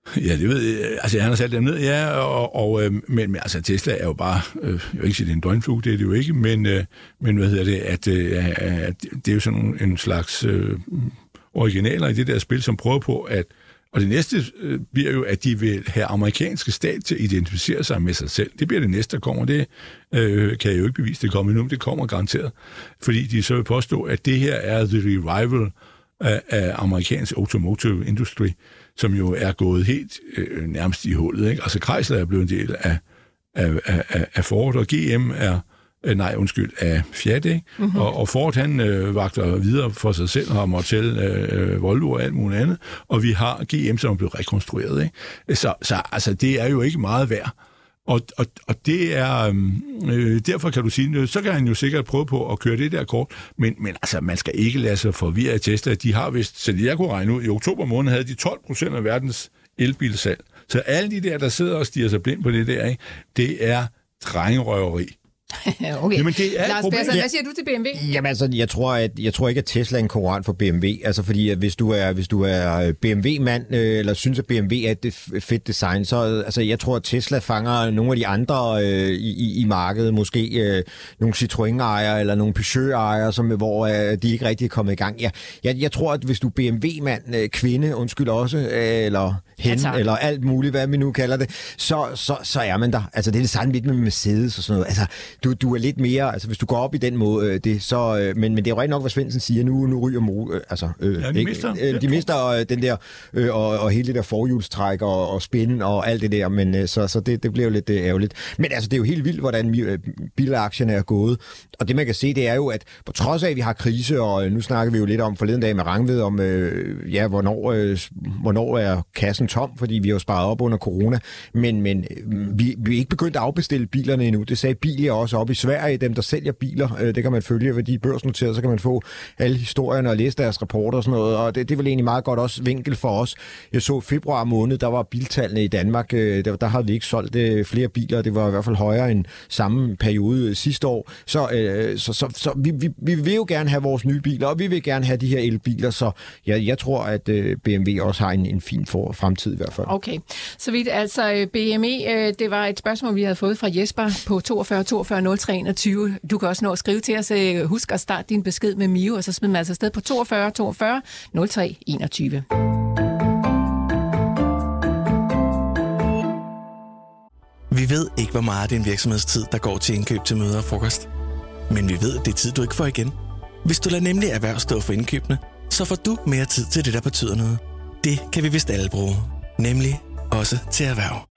Ja, det ved jeg. Altså, han har sat dem ned, ja, og, og, øh, men, men altså, Tesla er jo bare, øh, jeg vil ikke sige, det er en døgnflue, det er det jo ikke, men, øh, men hvad hedder det, at, øh, at det er jo sådan en, en slags øh, originaler i det der spil, som prøver på at, og det næste øh, bliver jo, at de vil have amerikanske stat til at identificere sig med sig selv. Det bliver det næste, der kommer. Det øh, kan jeg jo ikke bevise, det kommer endnu, det kommer garanteret. Fordi de så vil påstå, at det her er the revival af, af amerikansk automotive industry, som jo er gået helt øh, nærmest i hullet. Ikke? Altså Chrysler er blevet en del af, af, af, af Ford, og G M er, øh, nej undskyld, af Fiat, ikke? Mm-hmm. Og, og Ford han øh, vagter videre for sig selv, har måttet tælle øh, Volvo og alt muligt andet, og vi har G M, som er blevet rekonstrueret. Ikke? Så, så altså, det er jo ikke meget værd. Og, og, og det er, øh, derfor kan du sige, så kan han jo sikkert prøve på at køre det der kort, men, men altså, man skal ikke lade sig forvirre af Tesla. De har vist, så jeg kunne regne ud, i oktober måned havde de tolv procent af verdens elbilsalg. Så alle de der, der sidder og stiger sig blind på det der, ikke, det er drengerøveri. Okay. Jamen, det er Lars Persson, hvad siger du til B M W? Jamen altså, jeg tror, at, jeg tror ikke, at Tesla er en konkurrent for B M W. Altså, fordi at hvis du er, hvis du er B M W-mand, øh, eller synes, at B M W er et fedt design, så altså, jeg tror, at Tesla fanger nogle af de andre øh, i, i markedet. Måske øh, nogle Citroën-ejere, eller nogle Peugeot-ejere, som, hvor øh, de ikke rigtig er kommet i gang. Ja, jeg, jeg tror, at hvis du er B M W-mand, øh, kvinde, undskyld også, øh, eller hen, ja, eller alt muligt, hvad vi nu kalder det, så, så, så er man der. Altså, det er det samme lidt med Mercedes og sådan noget. Altså, Du, du er lidt mere, altså hvis du går op i den måde, øh, det, så, øh, men, men det er jo rigtig nok, hvad Svendsen siger, nu, nu ryger mo, øh, altså, øh, ja, de mister, øh, de mister øh, den der, øh, og, og hele det der forhjulstræk og, og spinden og alt det der, men øh, så, så det, det bliver jo lidt øh, ærgerligt. Men altså, det er jo helt vildt, hvordan øh, bilaktierne er gået, og det man kan se, det er jo, at på trods af, at vi har krise, og øh, nu snakker vi jo lidt om forleden dag med Rangvid, om øh, ja, hvornår, øh, hvornår er kassen tom, fordi vi har jo sparet op under corona, men, men øh, vi, vi er ikke begyndt at afbestille bilerne endnu. Det sagde Bilia også op i Sverige, dem der sælger biler, øh, det kan man følge, fordi de er børsnoteret, så kan man få alle historierne og læse deres rapporter og sådan noget, og det, det er vel egentlig meget godt også vinkel for os. Jeg så februar måned, der var biltallene i Danmark, øh, der, der havde vi ikke solgt øh, flere biler, det var i hvert fald højere end samme periode øh, sidste år, så, øh, så, så, så vi, vi, vi vil jo gerne have vores nye biler, og vi vil gerne have de her elbiler, så jeg, jeg tror, at øh, B M W også har en, en fin for, fremtid i hvert fald. Okay, så vidt altså B M W, øh, det var et spørgsmål, vi havde fået fra Jesper på toogfyrre toogfyrre nul tre enogtyve. Du kan også nå at skrive til os. Husk at starte din besked med Mio, og så smid man altså sted på toogfyrre toogfyrre nul tre enogtyve. Vi ved ikke, hvor meget af din virksomhedstid, der går til indkøb til møder og frokost. Men vi ved, at det er tid, du ikke får igen. Hvis du lader nemlig erhverv stå for indkøbene, så får du mere tid til det, der betyder noget. Det kan vi vist alle bruge. Nemlig også til erhverv.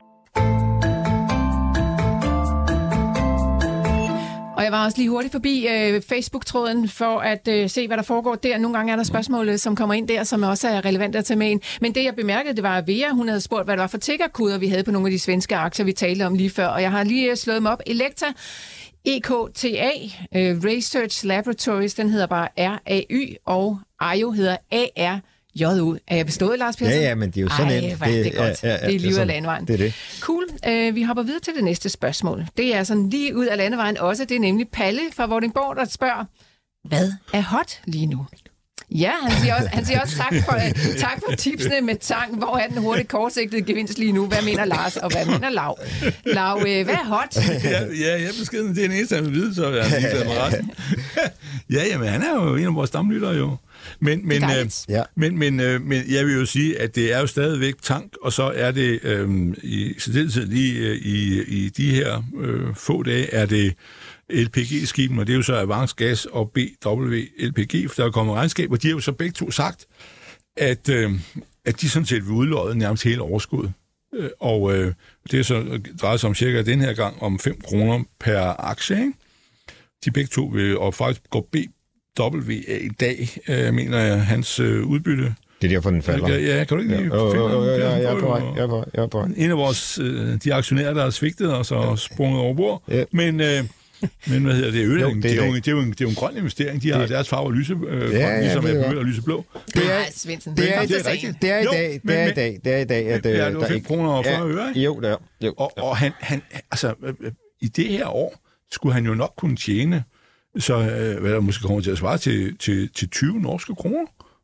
Og jeg var også lige hurtigt forbi øh, Facebook-tråden for at øh, se, hvad der foregår der. Nogle gange er der spørgsmål, som kommer ind der, som også er relevant at tage med ind. Men det, jeg bemærkede, det var, at Vera, hun havde spurgt, hvad det var for tickerkoder, vi havde på nogle af de svenske aktier, vi talte om lige før. Og jeg har lige slået dem op. Elekta, E K T A, øh, Research Laboratories, den hedder bare R A Y, og Ajo hedder A R J U. Er jeg bestået, Lars Persson? Ja, ja, men det er jo sådan en. Det, det er godt. Ja, ja, ja, det er lige ud af landevejen. Det er det. Cool. Uh, vi hopper videre til det næste spørgsmål. Det er sådan lige ud af landevejen også. Det er nemlig Palle fra Vordingborg, der spørger, hvad er hot lige nu? Ja, han siger også, han siger også tak, for, uh, tak for tipsene med tang. Hvor er den hurtigt kortsigtede gevinst lige nu? Hvad mener Lars, og hvad mener Lav? Lav, uh, hvad er hot? ja, ja, jeg beskeden, det er den eneste, han vil vide, så jeg har lige med resten. ja, jamen, han er jo en af vores stamlyttere jo. Men, men, øh, ja. men, men, øh, men jeg vil jo sige, at det er jo stadigvæk tank, og så er det øh, i særdeleshed lige øh, i, i de her øh, få dage, er det L P G-skiben, og det er jo så Avance Gas og B W L P G, for der er kommet regnskab, og de har jo så begge to sagt, at, øh, at de sådan set vil udlodde nærmest hele overskuddet. Øh, og øh, det er så drejet sig om cirka den her gang om fem kroner per aktie, ikke? De begge to vil, og faktisk går B W i dag, øh, mener jeg, hans øh, udbytte. Det er derfor, den falder. Ja, ja, kan du ikke lige ja, finde ja, ja, ja, jeg er på vej, jeg er på vej, jeg er på vej. En af vores, øh, de aktionærer, der har svigtet og så sprunget over bord. Ja. Men, øh, men hvad hedder det? Jo, det, det, er jo, det, er jo en, det er jo en grøn investering. De har det. Deres farve lyse, øh, ja, ja, ligesom er begyndt at lyse blå. Det er, Svendsen, det er, det er, det er, det er i dag, det er i dag, det er i dag, at ja, det var fem kroner og fyrre øre, ikke? Jo, det er. Jo, og, og han, han, altså, i det her år skulle han jo nok kunne tjene så øh, hvad der måske kommer til at svare til, til, til tyve norske kroner.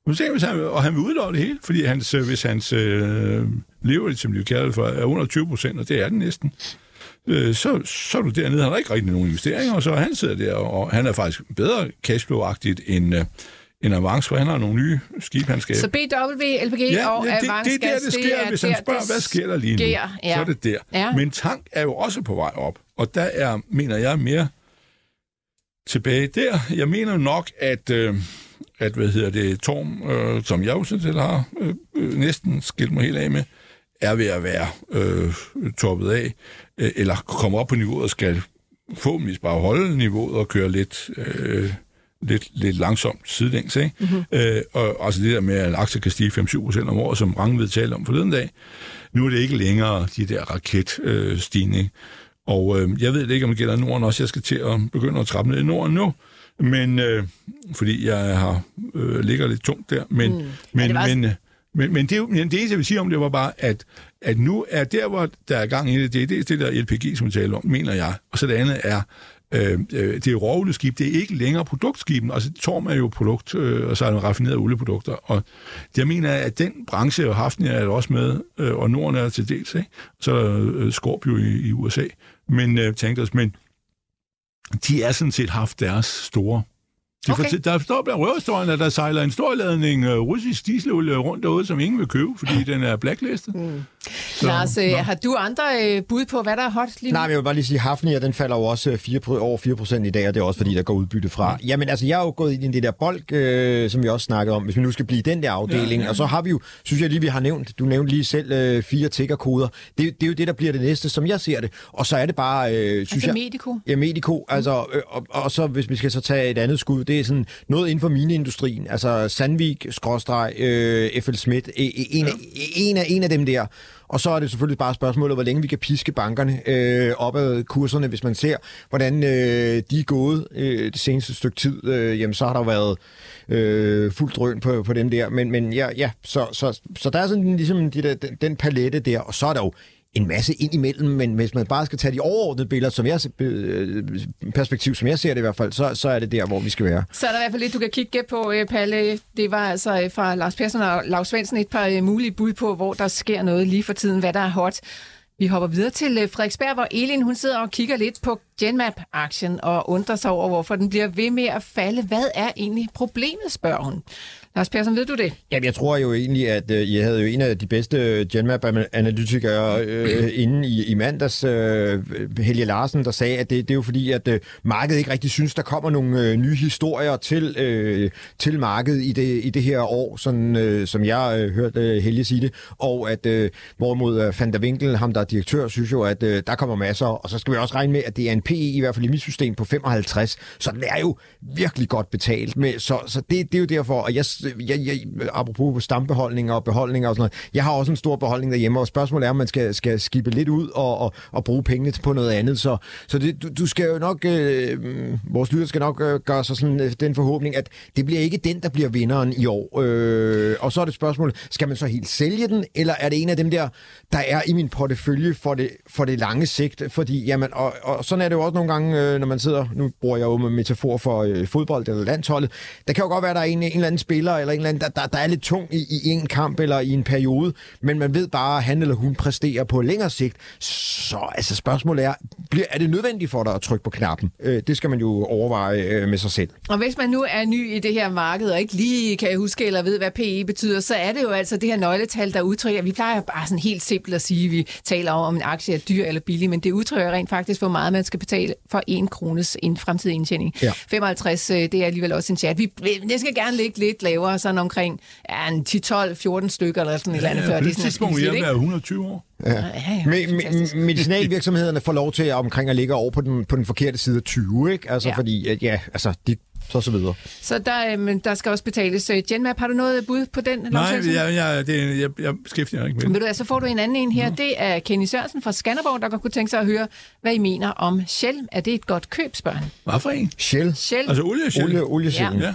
Hvis han, og han vil udlove det hele, fordi hans, hvis hans øh, leverage, som de kalder det for, er under tyve procent, og det er den næsten, øh, så, så er du dernede. Han har ikke rigtig nogen investeringer, og så han sidder der, og han er faktisk bedre cashflow-agtigt end, øh, end Avance, for han har nogle nye skib, han skal. Så B W, L P G ja, og det, Avance det, det er der, det sker, det er hvis han der, spørger, hvad sker der lige nu, ja. Så er det der. Ja. Men tank er jo også på vej op, og der er, mener jeg, mere tilbage der. Jeg mener nok, at... Øh, at, hvad hedder det, Torm, øh, som jeg jo sådan set har øh, næsten skilt mig helt af med, er ved at være øh, toppet af, øh, eller komme op på niveauet og skal forhåbentlig bare holde niveauet og køre lidt, øh, lidt, lidt langsomt sidelæns, ikke? Mm-hmm. Øh, og altså det der med, at en aktie kan stige fem til syv procent om året, som Rangvid talte om forleden dag, nu er det ikke længere de der raketstigning. Og øh, jeg ved ikke, om det gælder Norden også. Jeg skal til at begynde at trappe ned i Norden nu. Men, øh, fordi jeg har øh, ligger lidt tungt der, men, mm. men, ja, men, men, men det, men det eneste, jeg vil sige om det, var bare, at, at nu er der, hvor der er gang i det, det er det, det der L P G, som vi taler om, mener jeg, og så det andet er, øh, det er råolieskib, det er ikke længere produktskiben, altså Torm er jo produkt, øh, og så er det raffinerede olieprodukter, og jeg mener, at den branche, og Hafnia er også med, øh, og Norden er til dels, ikke? Så er der øh, Scorpio i, i U S A, men øh, tænkte os, men de er sådan set haft deres store... De okay. fortæ- der står blandt røverhistorien, at der sejler en stor ladning uh, russisk dieselolie rundt derude, som ingen vil købe, fordi den er blacklistet. Mm. Så, Lars, øh, har du andre øh, bud på, hvad der er hot lige nu? Nej, men jeg vil bare lige sige, at Hafnia, den falder jo også fire, over fire procent i dag, og det er også fordi, der går udbytte fra. Mm. Jamen altså, jeg har jo gået ind i det der bolk, øh, som vi også snakkede om, hvis vi nu skal blive den der afdeling, ja, ja. Og så har vi jo, synes jeg lige, vi har nævnt, du nævnte lige selv øh, fire tickerkoder. Det, det er jo det, der bliver det næste, som jeg ser det. Og så er det bare, øh, synes altså jeg... Medico? Ja, Medico. Mm. Altså, øh, og, og så, hvis vi skal så tage et andet skud, det er sådan noget inden for mineindustrien. Altså Sandvik, skråstreg, øh, F L Schmidt, en, ja. en, af, en af dem der. Og så er det selvfølgelig bare spørgsmålet, hvor længe vi kan piske bankerne øh, op ad kurserne, hvis man ser, hvordan øh, de er gået øh, det seneste stykke tid. Øh, jamen, så har der jo været øh, fuldt drøn på, på dem der. Men, men ja, ja så, så, så der er sådan ligesom de der, den, den palette der, og så er der jo en masse ind imellem, men hvis man bare skal tage de overordnede billeder, som jeg, perspektiv, som jeg ser det i hvert fald, så, så er det der, hvor vi skal være. Så er der i hvert fald lidt, du kan kigge på, Palle. Det var altså fra Lars Persson og Lars Svendsen et par mulige bud på, hvor der sker noget lige for tiden, hvad der er hot. Vi hopper videre til Frederiksberg, hvor Elin hun sidder og kigger lidt på Genmap-aktien og undrer sig over, hvorfor den bliver ved med at falde. Hvad er egentlig problemet, spørger hun. Lars Persson, ved du det? Jamen, jeg tror jo egentlig, at øh, jeg havde jo en af de bedste Genmap-analytikere øh, inde i, i mandags, øh, Helge Larsen, der sagde, at det, det er jo fordi, at øh, markedet ikke rigtig synes, der kommer nogle øh, nye historier til, øh, til markedet i det, i det her år, sådan, øh, som jeg øh, hørte øh, Helge sige det, og at øh, hvorimod øh, Van der Winkel, ham der er direktør, synes jo, at øh, der kommer masser, og så skal vi også regne med, at det er en P E, i hvert fald i mit system, på femoghalvtreds, så den er jo virkelig godt betalt med, så, så det, det er jo derfor, og jeg Jeg, jeg, apropos stambeholdninger og beholdninger og sådan noget, jeg har også en stor beholdning derhjemme, og spørgsmålet er, om man skal, skal skippe lidt ud og, og, og bruge pengene på noget andet. Så, så det, du, du skal jo nok, øh, vores lytter skal nok øh, gøre sig sådan øh, den forhåbning, at det bliver ikke den, der bliver vinderen i år. Øh, og så er det spørgsmålet, skal man så helt sælge den, eller er det en af dem der, der er i min portefølje for det, for det lange sigt? Fordi, jamen, og, og sådan er det jo også nogle gange, øh, når man sidder, nu bruger jeg jo med metafor for øh, fodbold eller landsholdet, der kan jo godt være, der er en, en eller anden spiller, eller en eller anden, der, der, der er lidt tung i, i en kamp eller i en periode, men man ved bare, at han eller hun præsterer på længere sigt. Så altså spørgsmålet er, bliver, er det nødvendigt for dig at trykke på knappen? Øh, det skal man jo overveje øh, med sig selv. Og hvis man nu er ny i det her marked, og ikke lige kan huske eller ved, hvad P E betyder, så er det jo altså det her nøgletal, der udtrykker, vi plejer bare sådan helt simpelt at sige, at vi taler om, om en aktie er dyr eller billig, men det udtrykker rent faktisk, hvor meget man skal betale for en krones fremtidig indtjening. Ja. femoghalvtreds, det er alligevel også en chat. Vi, det skal gerne ligge lidt lavere, sådan omkring ja, en ti, tolv, fjorten stykker eller sådan et eller andet ja, før. Det er sådan tidspunkt, jeg er hundrede og tyve år. Ja. Ja, ja, Me- me- medicinalvirksomhederne får lov til omkring at ligge over på den, på den forkerte side af tyve, ikke? Altså ja. Fordi, at, ja, altså, de, så så videre. Så der, øh, der skal også betales. Genmap, har du noget bud på den? Nej, jeg, jeg, det, jeg, jeg beskæftiger mig ikke med det. Men du, så får du en anden en her. Mm. Det er Kenny Sørensen fra Skanderborg, der godt kunne tænke sig at høre, hvad I mener om Shell. Er det et godt køb, spørger han? Hvad for en? Shell. Shell. Altså olie Shell. Olie, olie Shell. Ja. ja.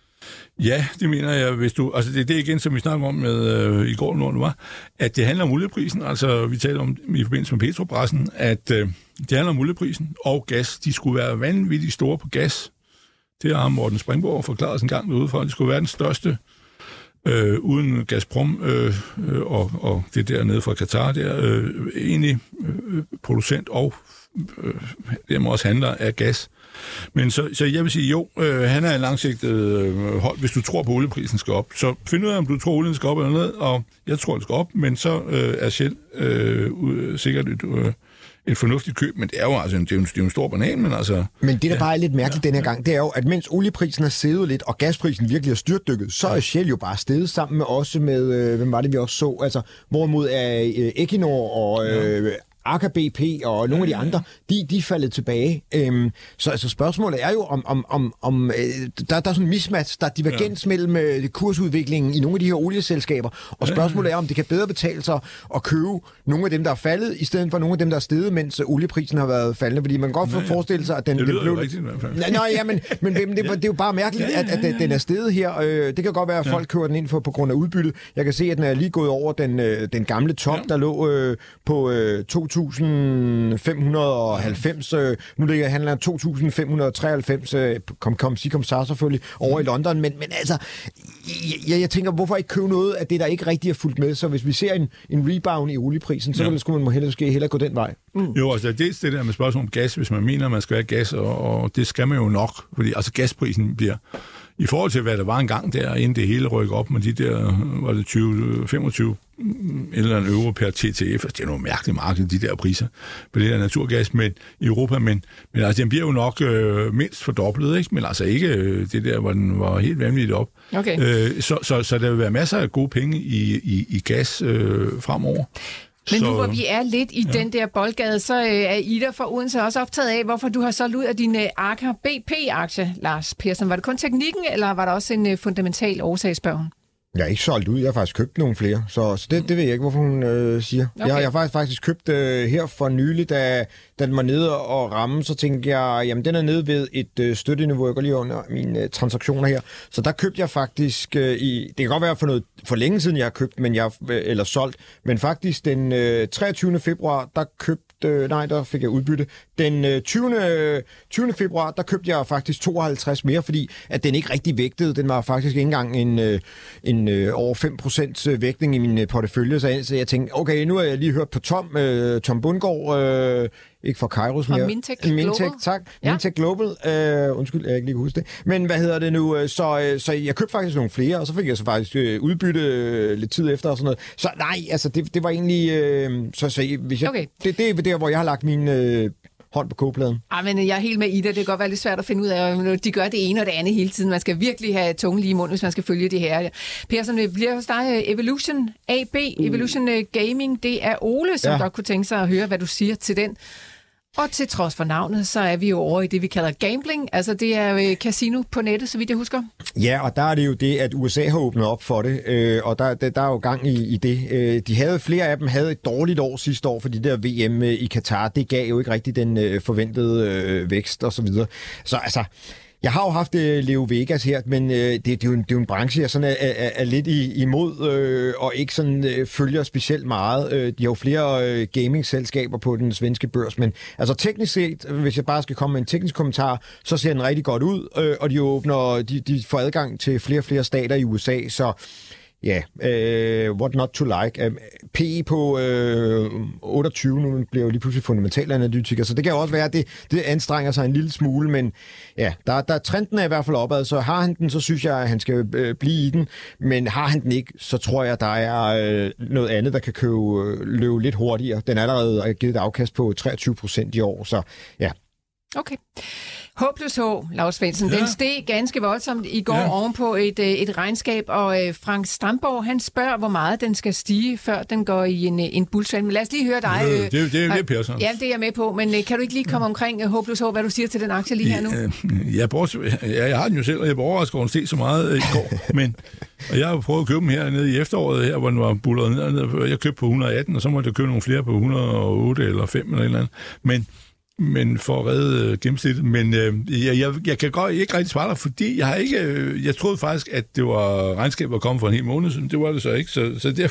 Ja, det mener jeg, hvis du... Altså, det, det er igen, som vi snakkede om med, øh, i går, når det var, at det handler om olieprisen. Altså, vi taler om i forbindelse med Petrobrassen, at øh, det handler om olieprisen og gas. De skulle være vanvittigt store på gas. Det har Morten Springborg forklaret sådan en gang derude for. Det skulle være den største øh, uden Gazprom øh, og, og det der nede fra Katar, der øh, egentlig øh, producent og øh, dermed også handler af gas. Men så, så jeg vil sige, jo, øh, han er en langsigtet øh, hold. Hvis du tror på, at olieprisen skal op, så find ud af, om du tror, at olien skal op eller ned, og jeg tror, det skal op, men så øh, er Shell øh, sikkert et, øh, et fornuftigt køb, men det er jo altså en, det er en, det er en stor banan, men altså... Men det, der ja. bare er lidt mærkeligt ja, den her gang, det er jo, at mens olieprisen har siddet lidt, og gasprisen virkelig har styrtdykket, så er Shell jo bare steget sammen med også med, øh, hvem var det, vi også så, altså, hvorimod er øh, Equinor og... Øh, ja. Aker B P og nogle af de andre, de, de er faldet tilbage. Øhm, så altså, spørgsmålet er jo, om, om, om, om øh, der, der er sådan en mismatch, der er divergens ja. mellem øh, kursudviklingen i nogle af de her olieselskaber, og spørgsmålet er, om det kan bedre betale sig at købe nogle af dem, der er faldet, i stedet for nogle af dem, der er steget, mens olieprisen har været faldende, fordi man kan godt få forestille sig, at den, det den blev... rigtigt, i hvert fald. Nej, ja, men, men, men det, det er jo bare mærkeligt, at, at den er steget her. Øh, det kan godt være, at folk køber den ind for, på grund af udbyttet. Jeg kan se, at den er lige gået over den, øh, den gamle top, ja. der lå øh, på øh, to tusind fem hundrede og halvfems. Øh, nu ligger handler to tusind fem hundrede og treoghalvfems. Øh, kom, kom, sig, kom, så selvfølgelig over i London. Men, men altså, jeg, jeg tænker, hvorfor ikke købe noget af det, der ikke rigtig er fulgt med? Så hvis vi ser en, en rebound i olieprisen, så ja. skulle man hellere, måske hellere gå den vej. Mm. Jo, altså dels det der med spørgsmål om gas, hvis man mener, at man skal have gas, og, og det skal man jo nok, fordi altså gasprisen bliver i forhold til, hvad der var engang der, inden det hele rykker op med de der, var det tyve femogtyve eller en euro per T T F. Altså, det er noget mærkeligt marked, de der priser på det der naturgas men, i Europa, men, men altså, den bliver jo nok øh, mindst fordoblet, ikke? Men altså ikke øh, det der, hvor den var helt vanvittigt op. Okay. Øh, så, så, så der vil være masser af gode penge i, i, i gas øh, fremover. Men så, nu hvor vi er lidt i ja. den der boldgade, så øh, er Ida fra Odense også optaget af, hvorfor du har solgt ud af din øh, Aker B P-aktie, Lars Persson. Var det kun teknikken, eller var der også en øh, fundamental årsag, spørger hun? Jeg har ikke solgt ud, jeg har faktisk købt nogle flere, så, så det, det ved jeg ikke, hvorfor hun øh, siger. Okay. Jeg, jeg har faktisk, faktisk købt øh, her for nylig, da, da den var nede og ramme, så tænkte jeg, jamen den er nede ved et øh, støtteniveau, jeg går lige under mine øh, transaktioner her. Så der købte jeg faktisk, øh, i, det kan godt være for, noget, for længe siden, jeg har købt, men jeg, øh, eller solgt, men faktisk den øh, treogtyvende februar, der købte Øh, nej, der fik jeg udbytte. Den øh, tyvende februar, der købte jeg faktisk tooghalvtreds mere, fordi at den ikke rigtig vægtede. Den var faktisk ikke engang en, øh, en øh, over fem procent vægtning i min øh, portefølje, så jeg, så jeg tænkte, okay, nu har jeg lige hørt på Tom, øh, Tom Bundgaard, øh, ikke fra Kairos mere. Og Mintech Global. Mintech, tak. Ja. Mintech Global. Øh, undskyld, jeg ikke lige kan huske det. Men hvad hedder det nu? Så, så jeg købte faktisk nogle flere, og så fik jeg så faktisk øh, udbytte øh, lidt tid efter og sådan noget. Så nej, altså det, det var egentlig... Øh, så, så hvis jeg, okay. det, det er der, hvor jeg har lagt min... Øh, hånd på kogepladen. Ah, men jeg er helt med Ida. Det kan godt være lidt svært at finde ud af, om de gør det ene og det andet hele tiden. Man skal virkelig have tungen lige i munden, hvis man skal følge det her. Persson, vi bliver hos dig. Evolution A B, Evolution Gaming, det er Ole, som ja. godt kunne tænke sig at høre, hvad du siger til den. Og til trods for navnet, så er vi jo over i det, vi kalder gambling. Altså, det er casino på nettet, så vidt jeg husker. Ja, og der er det jo det, at U S A har åbnet op for det, øh, og der, der, der er jo gang i, i det. Øh, de havde, flere af dem havde et dårligt år sidste år, fordi det der V M i Katar, det gav jo ikke rigtig den øh, forventede øh, vækst og så videre. Så altså... Jeg har jo haft øh, Leo Vegas her, men øh, det, det, er jo en, det er jo en branche, jeg sådan er, er, er lidt i, imod øh, og ikke sådan øh, følger specielt meget. Øh, de har jo flere øh, gaming-selskaber på den svenske børs, men altså teknisk set, hvis jeg bare skal komme med en teknisk kommentar, så ser den rigtig godt ud, øh, og de åbner, de, de får adgang til flere og flere stater i U S A, så ja, yeah, uh, what not to like. Uh, P E på uh, otteogtyve, nu bliver jo lige pludselig fundamental analytiker, så det kan jo også være, at det, det anstrenger sig en lille smule, men ja, der, der trenden er i hvert fald opad, så har han den, så synes jeg, at han skal uh, blive i den, men har han den ikke, så tror jeg, der er uh, noget andet, der kan købe, uh, løbe lidt hurtigere. Den er allerede givet et afkast på treogtyve procent i år, så ja. Okay. H plus H, Lars Svendsen, ja. Den steg ganske voldsomt i går ja. ovenpå et, et regnskab, og øh, Frank Stamborg, han spørger, hvor meget den skal stige, før den går i en, en bulltrend. Men lad os lige høre dig. Øh, det, det er jo det, Persson. Ja, det er jeg med på, men øh, kan du ikke lige komme omkring H plus H, hvad du siger til den aktie lige her nu? Øh, jeg, bortset, ja, jeg har den jo selv, og jeg var overrasket over, at den steg så meget øh, i går, men og jeg har prøvet at købe dem her nede i efteråret, her, hvor den var bulleret ned. Jeg købte på et hundrede og atten, og så måtte jeg købe nogle flere på et hundrede og otte eller fem eller et eller andet. Men men for at redde øh, gennemsnittet. Men øh, jeg, jeg, jeg kan godt ikke rigtig svare dig, fordi jeg har ikke... Øh, jeg troede faktisk, at det var regnskabet, der kom for en hel måned siden. Det var det så ikke, så, så derfor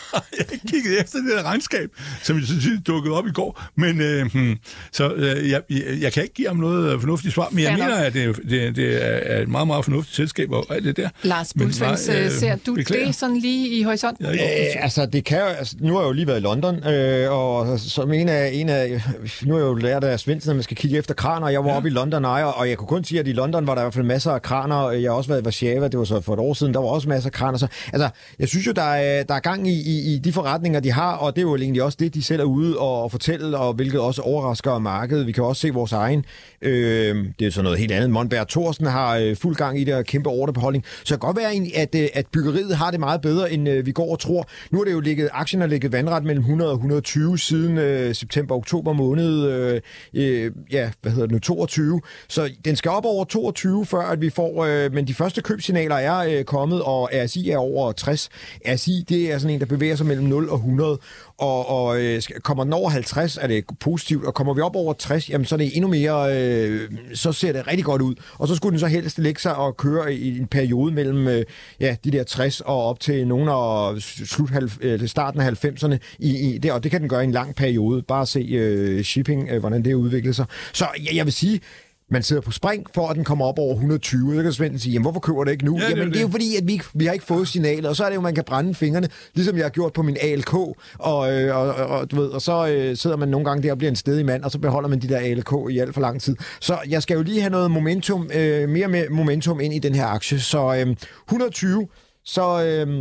Jeg har ikke kigget efter det der regnskab, som jeg synes dukkede op i går. Men øh, hmm, så øh, jeg, jeg, jeg kan ikke give ham noget fornuftigt svar, men jeg Fair mener, nok. at det, det, det er et meget, meget fornuftigt selskab og alt det der. Lars Bulsvens, øh, ser du beklager. det sådan lige i horisonten? Øh, altså, det kan jo, altså, nu har jeg jo lige været i London, øh, og som en af, en af, nu har jeg jo lært af Svendsen, at man skal kigge efter kraner. Jeg var ja. oppe i London, og, og jeg kunne kun sige, at i London var der i hvert fald masser af kraner. Jeg har også været i Warszawa, det var så for et år siden, der var også masser af kraner. Så, altså, jeg synes jo, der er, der er gang i, i, i de forretninger, de har, og det er jo egentlig også det, de selv er ude og, og fortælle, og hvilket også overrasker markedet. Vi kan også se vores egen, øh, det er så noget helt andet. Monberg Thorsen har øh, fuld gang i det og kæmpe ordrebeholdning. Så det kan godt være egentlig, at, øh, at byggeriet har det meget bedre, end øh, vi går og tror. Nu er det jo ligget, aktien har ligget vandret mellem hundrede og et hundrede og tyve siden øh, september-oktober måned, øh, øh, ja, hvad hedder det nu, toogtyve. Så den skal op over toogtyve, før at vi får, øh, men de første købsignaler er øh, kommet, og R S I er over tres. R S I, det er sådan en, der bevæger sig mellem nul og hundrede, og, og øh, kommer den over halvtreds, er det positivt, og kommer vi op over tres, jamen så er det endnu mere, øh, så ser det rigtig godt ud. Og så skulle den så helst lægge sig og køre i en periode mellem øh, ja, de der tres og op til nogle af slut øh, starten af halvfemserne, i, i det, og det kan den gøre i en lang periode. Bare se øh, shipping, øh, hvordan det udvikler sig. Så ja, jeg vil sige, man sidder på spring, for at den kommer op over et hundrede og tyve. Så kan Svend sige, jamen hvorfor køber det ikke nu? Ja, jamen det er, det er jo fordi, at vi, ikke, vi har ikke fået signalet, og så er det jo, man kan brænde fingrene, ligesom jeg har gjort på min A L K, og, og, og, og, du ved, og så øh, sidder man nogle gange der og bliver en stedig mand, og så beholder man de der A L K i alt for lang tid. Så jeg skal jo lige have noget momentum, øh, mere med momentum ind i den her aktie. Så øh, et hundrede og tyve, så... Øh,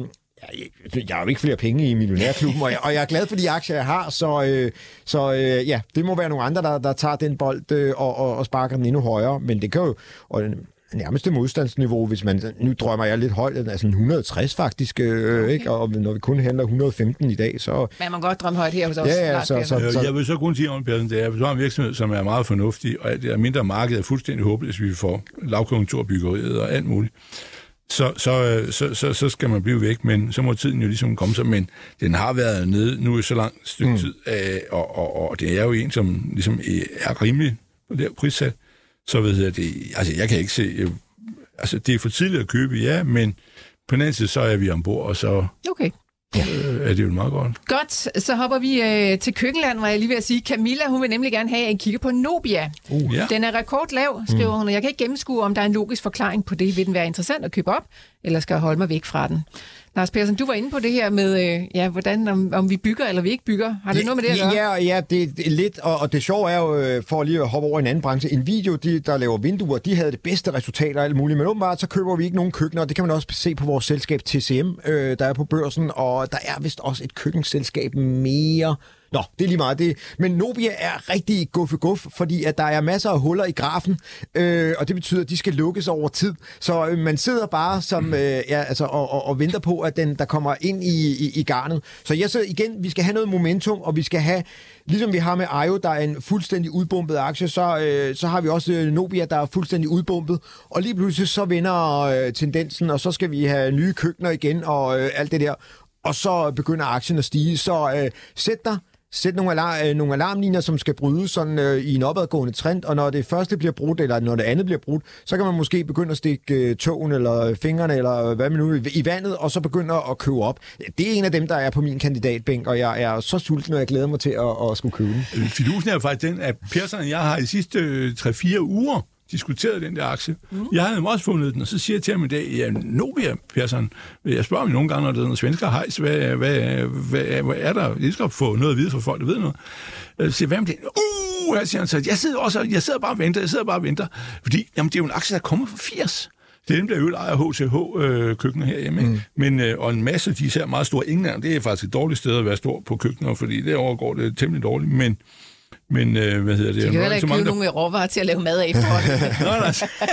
Jeg har jo ikke flere penge i millionærklubben, og jeg, og jeg er glad for de aktier, jeg har, så, øh, så øh, ja, det må være nogle andre, der, der tager den bold øh, og, og, og sparker den endnu højere, men det kan jo... Og, nærmeste modstandsniveau, hvis man... Nu drømmer jeg lidt højt, altså et hundrede og tres faktisk, øh, okay. ikke? Og når vi kun handler et hundrede og femten i dag, så... Man må godt drømme højt her hos os. Ja, ja, så, så, så, jeg vil så kun sige om, Pedersen, det er, hvis du har en virksomhed, som er meget fornuftig, og det er mindre marked er fuldstændig håbløst, hvis vi får lavkonjunkturbyggeriet og alt muligt, Så, så, så, så, så skal man blive væk, men så må tiden jo ligesom komme sig. Men den har været nede nu i så lang stykke mm. tid, øh, og, og, og det er jo en, som ligesom er rimelig på det her prissat. Så ved jeg, det, altså jeg kan ikke se, øh, altså det er for tidligt at købe, ja, men på den anden side, så er vi ombord, og så... Okay. Ja. Øh, er det jo meget godt. Godt, så hopper vi øh, til Køkkenland, hvor jeg lige vil sige, Camilla, hun vil nemlig gerne have, at I kigger på Nobia. Uh, ja. Den er rekordlav, skriver mm. hun, og jeg kan ikke gennemskue, om der er en logisk forklaring på det. Vil den være interessant at købe op, eller skal jeg holde mig væk fra den? Lars Pedersen, du var inde på det her med, øh, ja, hvordan, om, om vi bygger eller vi ikke bygger. Har det ja, noget med det at gøre? Ja, ja det, det er lidt, og, og det sjove er jo, for lige at hoppe over en anden branche, en video, de, der laver vinduer, de havde det bedste resultater og alt muligt, men åbenbart så køber vi ikke nogen køkkener, og det kan man også se på vores selskab T C M, øh, der er på børsen, og der er vist også et køkkenselskab mere... Nå, det er lige meget det. Men Nobia er rigtig guf-guf, fordi at der er masser af huller i grafen, øh, og det betyder, at de skal lukkes over tid. Så øh, man sidder bare som, øh, ja, altså, og, og, og venter på, at den der kommer ind i, i, i garnet. Så jeg sidder igen, vi skal have noget momentum, og vi skal have, ligesom vi har med Ayo, der er en fuldstændig udbumpet aktie, så, øh, så har vi også øh, Nobia, der er fuldstændig udbumpet. Og lige pludselig så vender øh, tendensen, og så skal vi have nye køkkener igen, og øh, alt det der. Og så begynder aktien at stige. Så øh, sæt dig. Sæt nogle, alarm, nogle alarmlinjer, som skal bryde sådan øh, i en opadgående trend, og når det første bliver brudt, eller når det andet bliver brudt, så kan man måske begynde at stikke øh, tåen eller fingrene, eller hvad man nu, i, i vandet, og så begynde at købe op. Det er en af dem, der er på min kandidatbænk, og jeg er så sulten, og jeg glæder mig til at, at skulle købe den. Fidusen er faktisk den, at Persson og jeg har i de sidste tre fire uger diskuteret den der aktie. Mm. Jeg havde også fundet den, og så siger jeg til ham i dag, ja, Nobia, Persson, jeg spørger mig nogle gange, når der er noget svensker hejs, hvad, hvad, hvad, hvad er der? Jeg skal få noget at vide fra folk, der ved noget. Jeg siger, hvad med det? Uh, jeg siger han så, jeg sidder, også, jeg sidder bare og venter, jeg sidder bare og venter, fordi jamen, det er jo en aktie, der kommer fra firs. Det er dem, der øl ejer H C H-køkkener herhjemme. Mm. Men, øh, og en masse, de er meget store. England, det er faktisk et dårligt sted at være stor på køkkener, fordi derovre går det temmelig dårligt, men Men, øh, hvad hedder det? De kan heller ikke købe der... nogle råvarer til at lave mad af for. Nå, nej.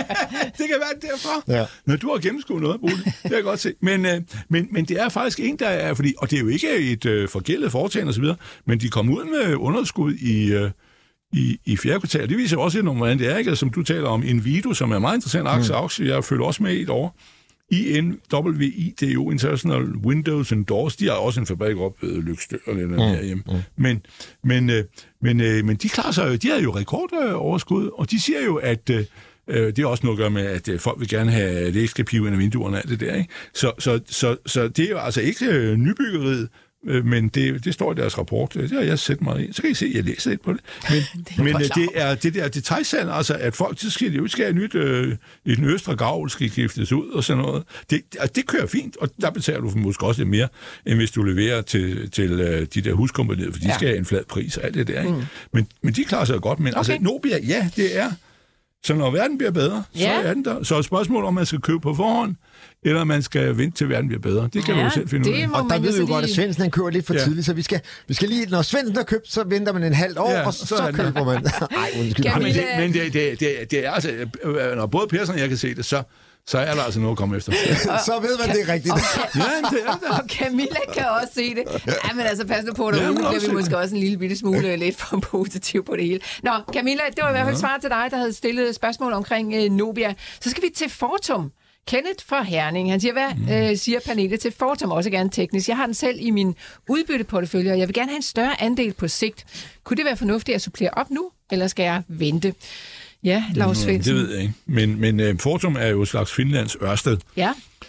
Det kan være derfor. Ja. Når du har gennemskuet noget, Bodil, det kan jeg godt se. Men, øh, men, men det er faktisk en, der er... Fordi, og det er jo ikke et øh, forgældet foretagende osv., men de kom ud med underskud i, øh, i, i fjerde kvartal. Det viser også lidt, hvordan det er, ikke? Som du taler om, Inwido, som er meget interessant aktie. Mm. Jeg følger også med i et år. I N W I D O, International Windows and Doors, de har også en fabrik op ved Lykstør og lidt mm. herhjemme. Mm. Men, men, men, men de klarer sig jo, de har jo rekordoverskud, og de siger jo, at øh, det er også noget at gøre med, at folk vil gerne have, at det ikke skal pive ind af vinduerne og alt det der, ikke? Så, så, så, så det er jo altså ikke øh, nybyggeriet, øh, men det, det står i deres rapport. Det har jeg set mig i. Så kan I se, at jeg læser lidt på det. Men det, men, øh, det er det der detaljsalg, altså at folk, så skal de jo skal have nyt, øh, i den østre gavl, skal skiftes ud og sådan noget. Det, altså, det kører fint, og der betaler du måske også lidt mere, end hvis du leverer til, til øh, de der huskompanier, for de ja. skal have en flad pris og alt det der. Ikke? Mm. Men, men de klarer sig godt. Men okay. altså, Nobia, ja, det er. Så når verden bliver bedre, ja. så er den der. Så er et spørgsmål, om man skal købe på forhånd, eller man skal vente til verden bliver bedre. Det kan ja, du jo selv finde ud af. Og der ved vi jo godt, at Svendsen han køber lidt for ja. tidligt, så vi skal, vi skal lige, når Svendsen har købt, så venter man en halv år, ja, og så, så, så køber man. Ej, undskyld. Ja, men det, men det, det, det, det er altså, når både Persson og jeg kan se det, så så er der altså noget at komme efter. Så ved man, det er rigtigt. Og, ja, det er det. Og Camilla kan også se det. Ja, men altså, pas nu på, derude, ja, bliver vi måske også en lille bitte smule ja. lidt for positiv på det hele. Nå, Camilla, det var i hvert fald svar til dig, der havde stillet spørgsmål omkring uh, Nobia. Så skal vi til Fortum. Kenneth fra Herning, han siger, hvad mm. øh, siger panelet til Fortum, også gerne teknisk. Jeg har den selv i min udbytteportefølje, og jeg vil gerne have en større andel på sigt. Kunne det være fornuftigt at supplere op nu, eller skal jeg vente? Ja, Lars Svendsen. Det ved jeg ikke. Men, men uh, Fortum er jo et slags Finlands Ørsted. Ja.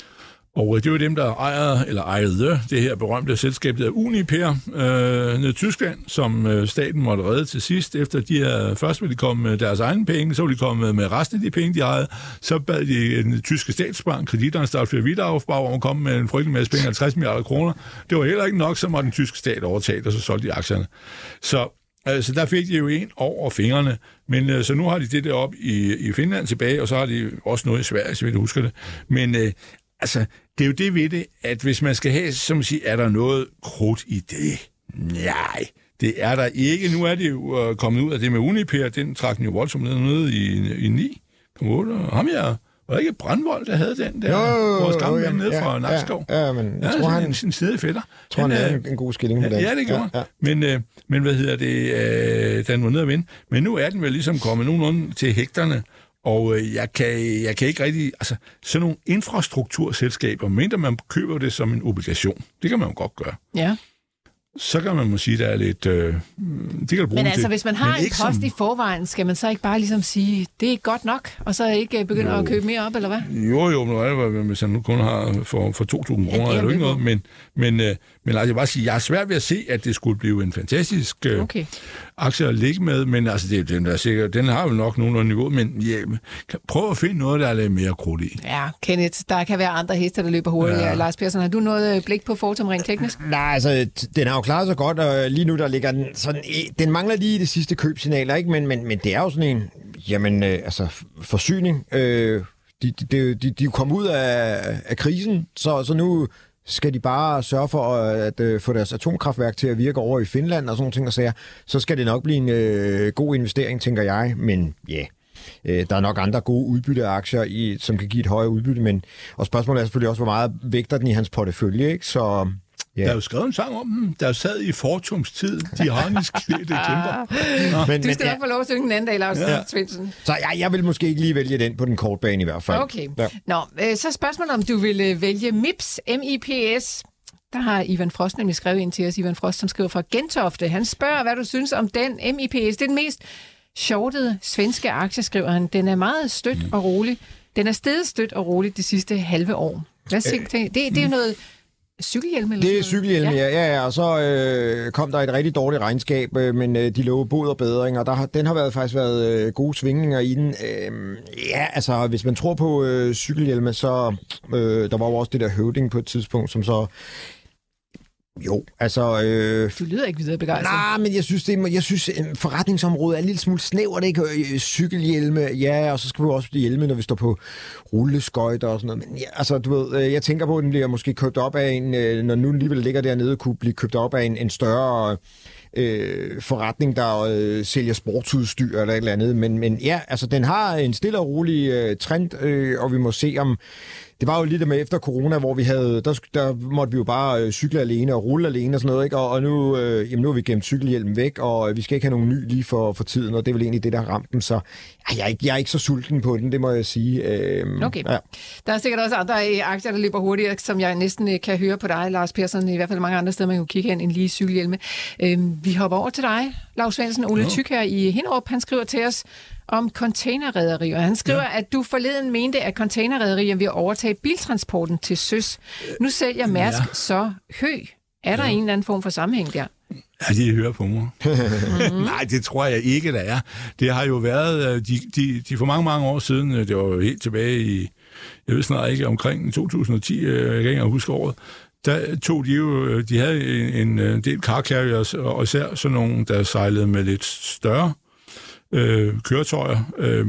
Og uh, det er jo dem, der ejer, eller ejede det her berømte selskab, der er Uniper, uh, nede i Tyskland, som uh, staten måtte redde til sidst. Efter de her, først ville de komme med deres egne penge, så ville de komme med resten af de penge, de ejede. Så bad de den tyske statsbank, Kreditanstalt for Wiederaufbau, om at komme med en frygtelig masse penge, halvtreds milliarder kroner. Det var heller ikke nok, så måtte den tyske stat overtage, og så solgte de aktierne. Så altså, der fik de jo en over fingrene, men øh, så nu har de det der op i, i Finland tilbage, og så har de også noget i Sverige, så vidt jeg husker det. Men øh, altså, det er jo det ved det, at hvis man skal have, som at sige, er der noget krudt i det? Nej, det er der ikke. Nu er det jo øh, kommet ud af det med Uniper, den trak den jo voldsomt ned, ned i, i ni komma otte. Ham jeg... Var det ikke Brandvold, der havde den der? Jo, vores gamle jo, mand nede ja, fra Nakskov. Ja, ja, men jeg ja, tror, han... Sin sted fætter. Jeg tror, han er en, en god skilling med ja, den. Ja, det gjorde ja, ja. Men, øh, men hvad hedder det? Øh, den var nede at vinde. Men nu er den vel ligesom kommet nogenlunde til hægterne, og øh, jeg, kan, jeg kan ikke rigtig... Altså, sådan nogle infrastrukturselskaber, mindre man køber det som en obligation. Det kan man jo godt gøre. Ja. Så kan man må sige, der er lidt... Øh, det kan du bruge Men altså, til, hvis man har en post som... i forvejen, skal man så ikke bare ligesom sige, det er godt nok, og så ikke begynde jo. at købe mere op, eller hvad? Jo, jo, men hvis han nu kun har for, for to tusind kroner, ja, er det jo ikke noget. Men, men, øh, men lad jeg bare sige, jeg er svært ved at se, at det skulle blive en fantastisk øh, okay. aktie at ligge med, men altså, det, den, der sikkert, den har jo nok nogenlunde niveau, men ja, prøv at finde noget, der er lidt mere krudt i. Ja, Kenneth, der kan være andre heste, der løber hurtigt. Ja. Lars Persson, har du noget blik på Fortum rent teknisk? Nej, altså, den har jo klaret sig godt, og lige nu der ligger den sådan, den mangler lige det sidste købsignaler, ikke? Men, men, men det er jo sådan en, jamen, øh, altså, forsyning. Øh, de, de, de, de er kommet ud af, af krisen, så, så nu skal de bare sørge for at, at få deres atomkraftværk til at virke over i Finland og sådan ting og sager. Så skal det nok blive en øh, god investering, tænker jeg, men ja... Yeah. Der er nok andre gode udbytteaktier, i, som kan give et højere udbytte, men og spørgsmålet er selvfølgelig også, hvor meget vægter den i hans portefølje, ikke? Så... Ja. Der er jo skrevet en sang om dem, der sad i Fortums tid, de harnisklædte kæmper. Men, du skal men, nok ja. få lov at synge den anden dag, Lars ja. Svendsen. Så jeg, jeg vil måske ikke lige vælge den på den korte bane i hvert fald. Okay. Ja. Nå, øh, så spørgsmålet om du vil vælge M I P S, M I P S. Der har Ivan Frost nemlig skrevet ind til os. Ivan Frost, som skriver fra Gentofte. Han spørger, hvad du synes om den M I P S. Det er den mest shortede svenske aktie, skriver han. Den er meget stødt og rolig. Den er steget stødt og roligt de sidste halve år. Hvad tænker det, det er jo noget... Cykelhjelm? Eller det er cykelhjelm, ja. ja, ja, og så øh, kom der et rigtig dårligt regnskab, øh, men øh, de lovede bod og bedring, og der har, den har været, faktisk været øh, gode svingninger i den. Øh, ja, altså, hvis man tror på øh, cykelhjelme, så øh, der var jo også det der Høvding på et tidspunkt, som så... Jo, altså... Øh, du lyder ikke videre begejstret. Nej, men jeg synes, det, jeg synes forretningsområdet er en lille smule snævert, ikke? Cykelhjelme, ja, og så skal vi også blive hjelme, når vi står på rulleskøjter og sådan noget. Men ja, altså, du ved, jeg tænker på, at den bliver måske købt op af en, når nu alligevel ligger dernede, kunne blive købt op af en, en større øh, forretning, der øh, sælger sportsudstyr eller et eller andet. Men, men ja, altså, den har en stille og rolig øh, trend, øh, og vi må se om... Det var jo lidt med efter corona, hvor vi havde, der, der måtte vi jo bare øh, cykle alene og rulle alene og sådan noget, ikke? Og, og nu, øh, jamen, nu har vi gemt cykelhjelmen væk, og vi skal ikke have nogen ny lige for, for tiden, og det er vel egentlig det, der har ramt dem. Så ja, jeg, er ikke, jeg er ikke så sulten på den, det må jeg sige. Øh, okay. Ja. Der er sikkert også andre aktier, der løber hurtigere, som jeg næsten kan høre på dig, Lars Persson, i hvert fald mange andre steder, man kan kigge hen end lige cykelhjelme. Øh, vi hopper over til dig, Lars Svendsen. Ole ja. Tyk her i Hinderup, han skriver til os om containerrederier. Han skriver, ja. at du forleden mente, at containerrederier vil overtage biltransporten til søs. Nu sælger Mærsk ja. så Hø. Er der ja. en eller anden form for sammenhæng der? Ja, de hører på mig. Mm-hmm. Nej, det tror jeg ikke, der er. Det har jo været, de, de, de for mange, mange år siden, det var jo helt tilbage i, jeg ved snart ikke, omkring to tusind og ti, jeg kan ikke engang huske året, der tog de jo, de havde en, en del car carriers, og især sådan nogle, der sejlede med lidt større øh, køretøjer, øh,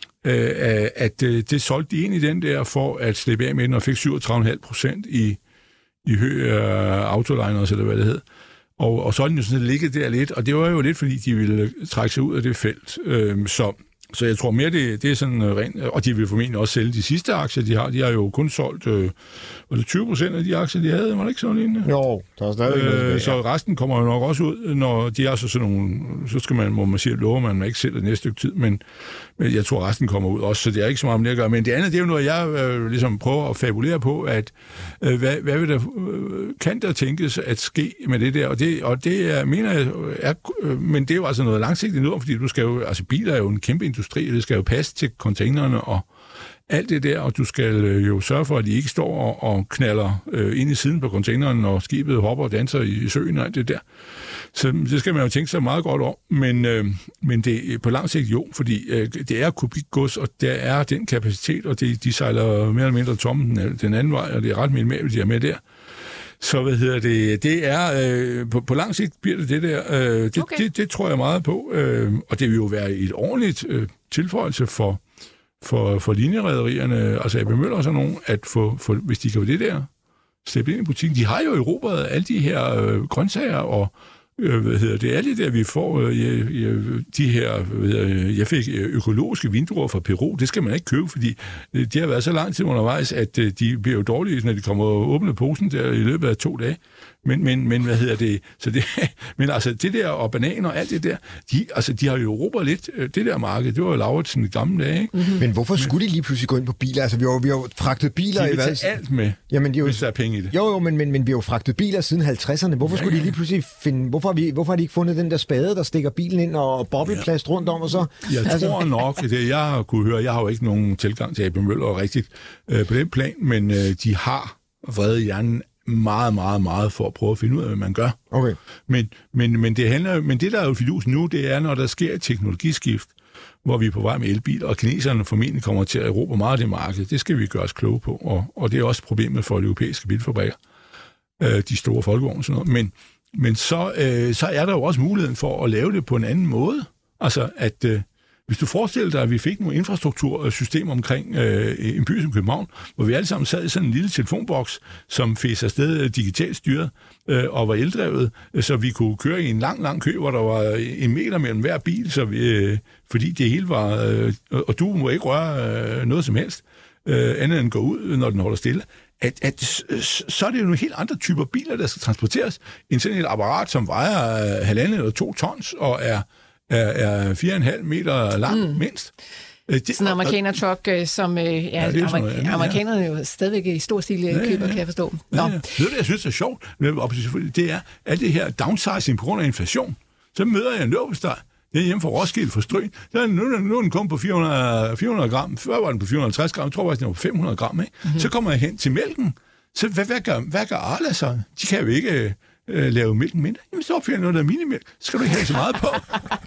øh, at øh, det solgte de ind i den der for at slippe af med den, og fik syvogtredive komma fem procent i, i hø af autoliners, eller hvad det hed. Og, og så er den jo sådan ligget der lidt, og det var jo lidt, fordi de ville trække sig ud af det felt. Øh, så Så jeg tror mere, det, det er sådan uh, rent, og de vil formentlig også sælge de sidste aktier, de har. De har jo kun solgt, øh, var det tyve procent af de aktier, de havde? Var det ikke sådan lignende? Jo, der er stadig øh, noget. Så resten kommer jo nok også ud, når de er så sådan nogle, så skal man, må man sige, lover man, man ikke sælger næste stykke tid, men, men jeg tror, resten kommer ud også, så det er ikke så meget om det at gøre. Men det andet, det er jo noget, jeg øh, ligesom prøver at fabulere på, at øh, hvad, hvad vil der, øh, kan der tænkes at ske med det der? Og det, og det er, mener jeg, er, øh, men det er jo altså noget langsigtet nu, fordi du skal jo, altså biler er jo en kæmpe industri, det skal jo passe til containerne og alt det der, og du skal jo sørge for, at de ikke står og, og knaller øh, ind i siden på containeren, når skibet hopper og danser i, i søen og alt det der. Så det skal man jo tænke sig meget godt om, men, øh, men det på lang sigt jo, fordi øh, det er kubikgods, og der er den kapacitet, og det, de sejler mere eller mindre tomme den, den anden vej, og det er ret minimalt, de er med der. Så hvad hedder det? Det er øh, på, på lang sigt bliver det det der. Øh, det, okay. det, det tror jeg meget på, øh, og det vil jo være et ordentligt øh, tilføjelse for for for linjerederierne, altså A P Møller og sådan nogen, at få, for, hvis de kan få det der slippe ind i butikken. De har jo erobret alle de her øh, grøntsager og øh, hvad hedder det, alle der vi får øh, jeg, de her, hvad hedder, jeg fik økologiske vindruer fra Peru, det skal man ikke købe, fordi øh, de har været så lang tid undervejs, at øh, de bliver jo dårlige, når de kommer og åbner posen der i løbet af to dage. Men, men, men hvad hedder det? Så det men altså det der og bananer og alt det der, de, altså, de har jo erobret lidt det der marked. Det var jo Lauritsen i gamle dage, ikke? Mm-hmm. Men hvorfor skulle de lige pludselig gå ind på biler? Altså vi har, vi har fragtet biler de i hvad? De vil tage alt med, Jamen, de jo, hvis der er penge i det. Jo, jo, men, men, men vi har jo fragtet biler siden halvtredserne. Hvorfor ja, skulle de lige pludselig finde... Hvorfor har, vi, hvorfor har de ikke fundet den der spade, der stikker bilen ind og bobleplast ja. rundt om og så? Jeg altså... tror nok, det jeg har kunne høre, jeg har jo ikke nogen tilgang til A P Møller rigtigt øh, på den plan, men øh, de har vredet hjernen meget, meget, meget for at prøve at finde ud af, hvad man gør. Okay. Men, men, men, det handler, men det, der er jo fidus nu, det er, når der sker et teknologiskift, hvor vi er på vej med elbil, og kineserne formentlig kommer til at erobre meget af det marked. Det skal vi gøre os kloge på, og, og det er også problemet for de europæiske bilfabrikker, øh, de store folkevogne og sådan noget. Men, men så, øh, så er der jo også muligheden for at lave det på en anden måde. Altså, at... Øh, Hvis du forestiller dig, at vi fik nogle infrastruktursystemer omkring øh, en by som København, hvor vi alle sammen sad i sådan en lille telefonboks, som fæs afsted digitalt styret øh, og var eldrevet, så vi kunne køre i en lang, lang kø, hvor der var en meter mellem hver bil, så vi, øh, fordi det hele var... Øh, og du må ikke røre øh, noget som helst, øh, andet end gå ud, når den holder stille. At, at, så er det jo nogle helt andre typer biler, der skal transporteres, end sådan et apparat, som vejer øh, halvandet eller to tons og er... er, er fire komma fem meter lang, mm. mindst. Det, sådan en amerikaner-truck, som øh, ja, ja, amerik- noget, amerikanerne ja. jo stadigvæk i stor stil køber, ja, ja. kan jeg forstå. Nå. Ja, ja. Det, jeg synes er sjovt, det er, at det her downsizing på grund af inflation. Så møder jeg en løbesteg, det er hjemme fra Roskilde for Strøn. Nu, nu er den kommet på fire hundrede, fire hundrede gram. Før var den på fire hundrede og halvtreds gram. Jeg tror faktisk, den var på fem hundrede gram. Ikke? Mm-hmm. Så kommer jeg hen til mælken. Så hvad, hvad, gør, hvad gør Arla så? De kan jo ikke... Øh, lave mælken mindre. Jamen, så opfinder noget, der er minimælk. Så skal du ikke have så meget på.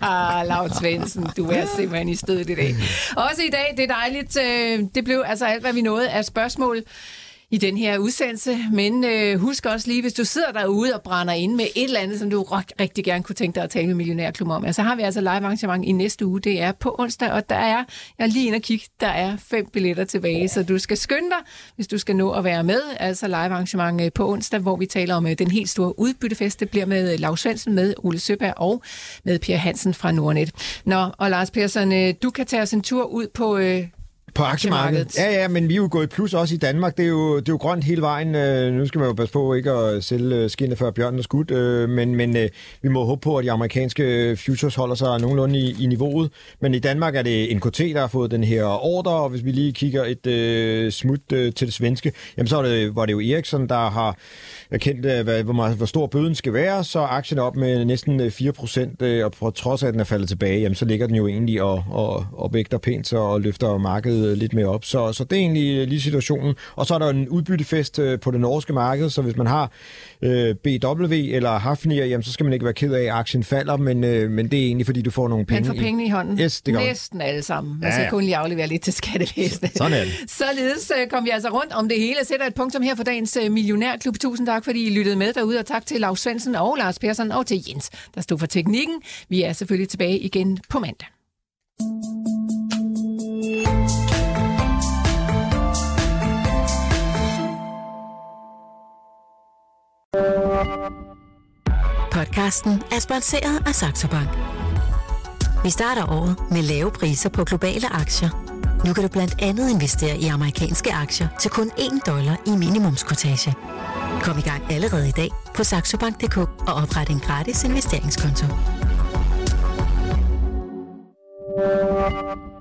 Laut Svendsen, du er simpelthen i stedet i dag. Også i dag, det er dejligt. Det blev altså alt, hvad vi nåede af spørgsmål i den her udsendelse. Men øh, husk også lige, hvis du sidder derude og brænder ind med et eller andet, som du rigtig gerne kunne tænke dig at tale med Millionærklubben om. Altså har vi altså live arrangement i næste uge. Det er på onsdag, og der er, jeg er lige inde og kigge, der er fem billetter tilbage, så du skal skynde dig, hvis du skal nå at være med. Altså live arrangement på onsdag, hvor vi taler om den helt store udbyttefest. Det bliver med Laut Svendsen, med Ole Søberg og med Per Hansen fra Nordnet. Nå, og Lars Persson, du kan tage os en tur ud på... Øh, På aktiemarkedet. Ja, ja, men vi er jo gået plus også i Danmark. Det er jo, det er jo grønt hele vejen. Uh, nu skal man jo passe på ikke at sælge skinnet før bjørnen er skudt, uh, men, men uh, vi må håbe på, at de amerikanske futures holder sig nogenlunde i, i niveauet. Men i Danmark er det N K T, der har fået den her ordre, og hvis vi lige kigger et uh, smut uh, til det svenske, jamen så er det, var det jo Ericsson, der har erkendt, uh, hvad, hvor, meget, hvor stor bøden skal være, så er aktien op med næsten fire procent, uh, og på trods af, at den er faldet tilbage, jamen så ligger den jo egentlig og, og, og vægter pænt og løfter markedet åbnet lidt mere op. Så, så det er egentlig lige situationen. Og så er der en udbyttefest på det norske marked, så hvis man har øh, B W eller Hafnia, jamen, så skal man ikke være ked af, at aktien falder, men, øh, men det er egentlig, fordi du får nogle penge. Man får penge i, i hånden. Yes, det Næsten alle sammen. Man ja, skal ja. kun lige aflevere lidt til skattevæsenet. Sådan er det. Således øh, kom vi altså rundt om det hele. Sætter et punktum her for dagens øh, Millionærklub. Tusind tak, fordi I lyttede med derude, og tak til Lars Svendsen og Lars Persson og til Jens, der stod for teknikken. Vi er selvfølgelig tilbage igen på mandag. Podcasten er sponsoreret af Saxo Bank. Vi starter året med lave priser på globale aktier. Nu kan du blandt andet investere i amerikanske aktier til kun en dollar i minimumskortage. Kom i gang allerede i dag på saxobank punktum d k og opret en gratis investeringskonto.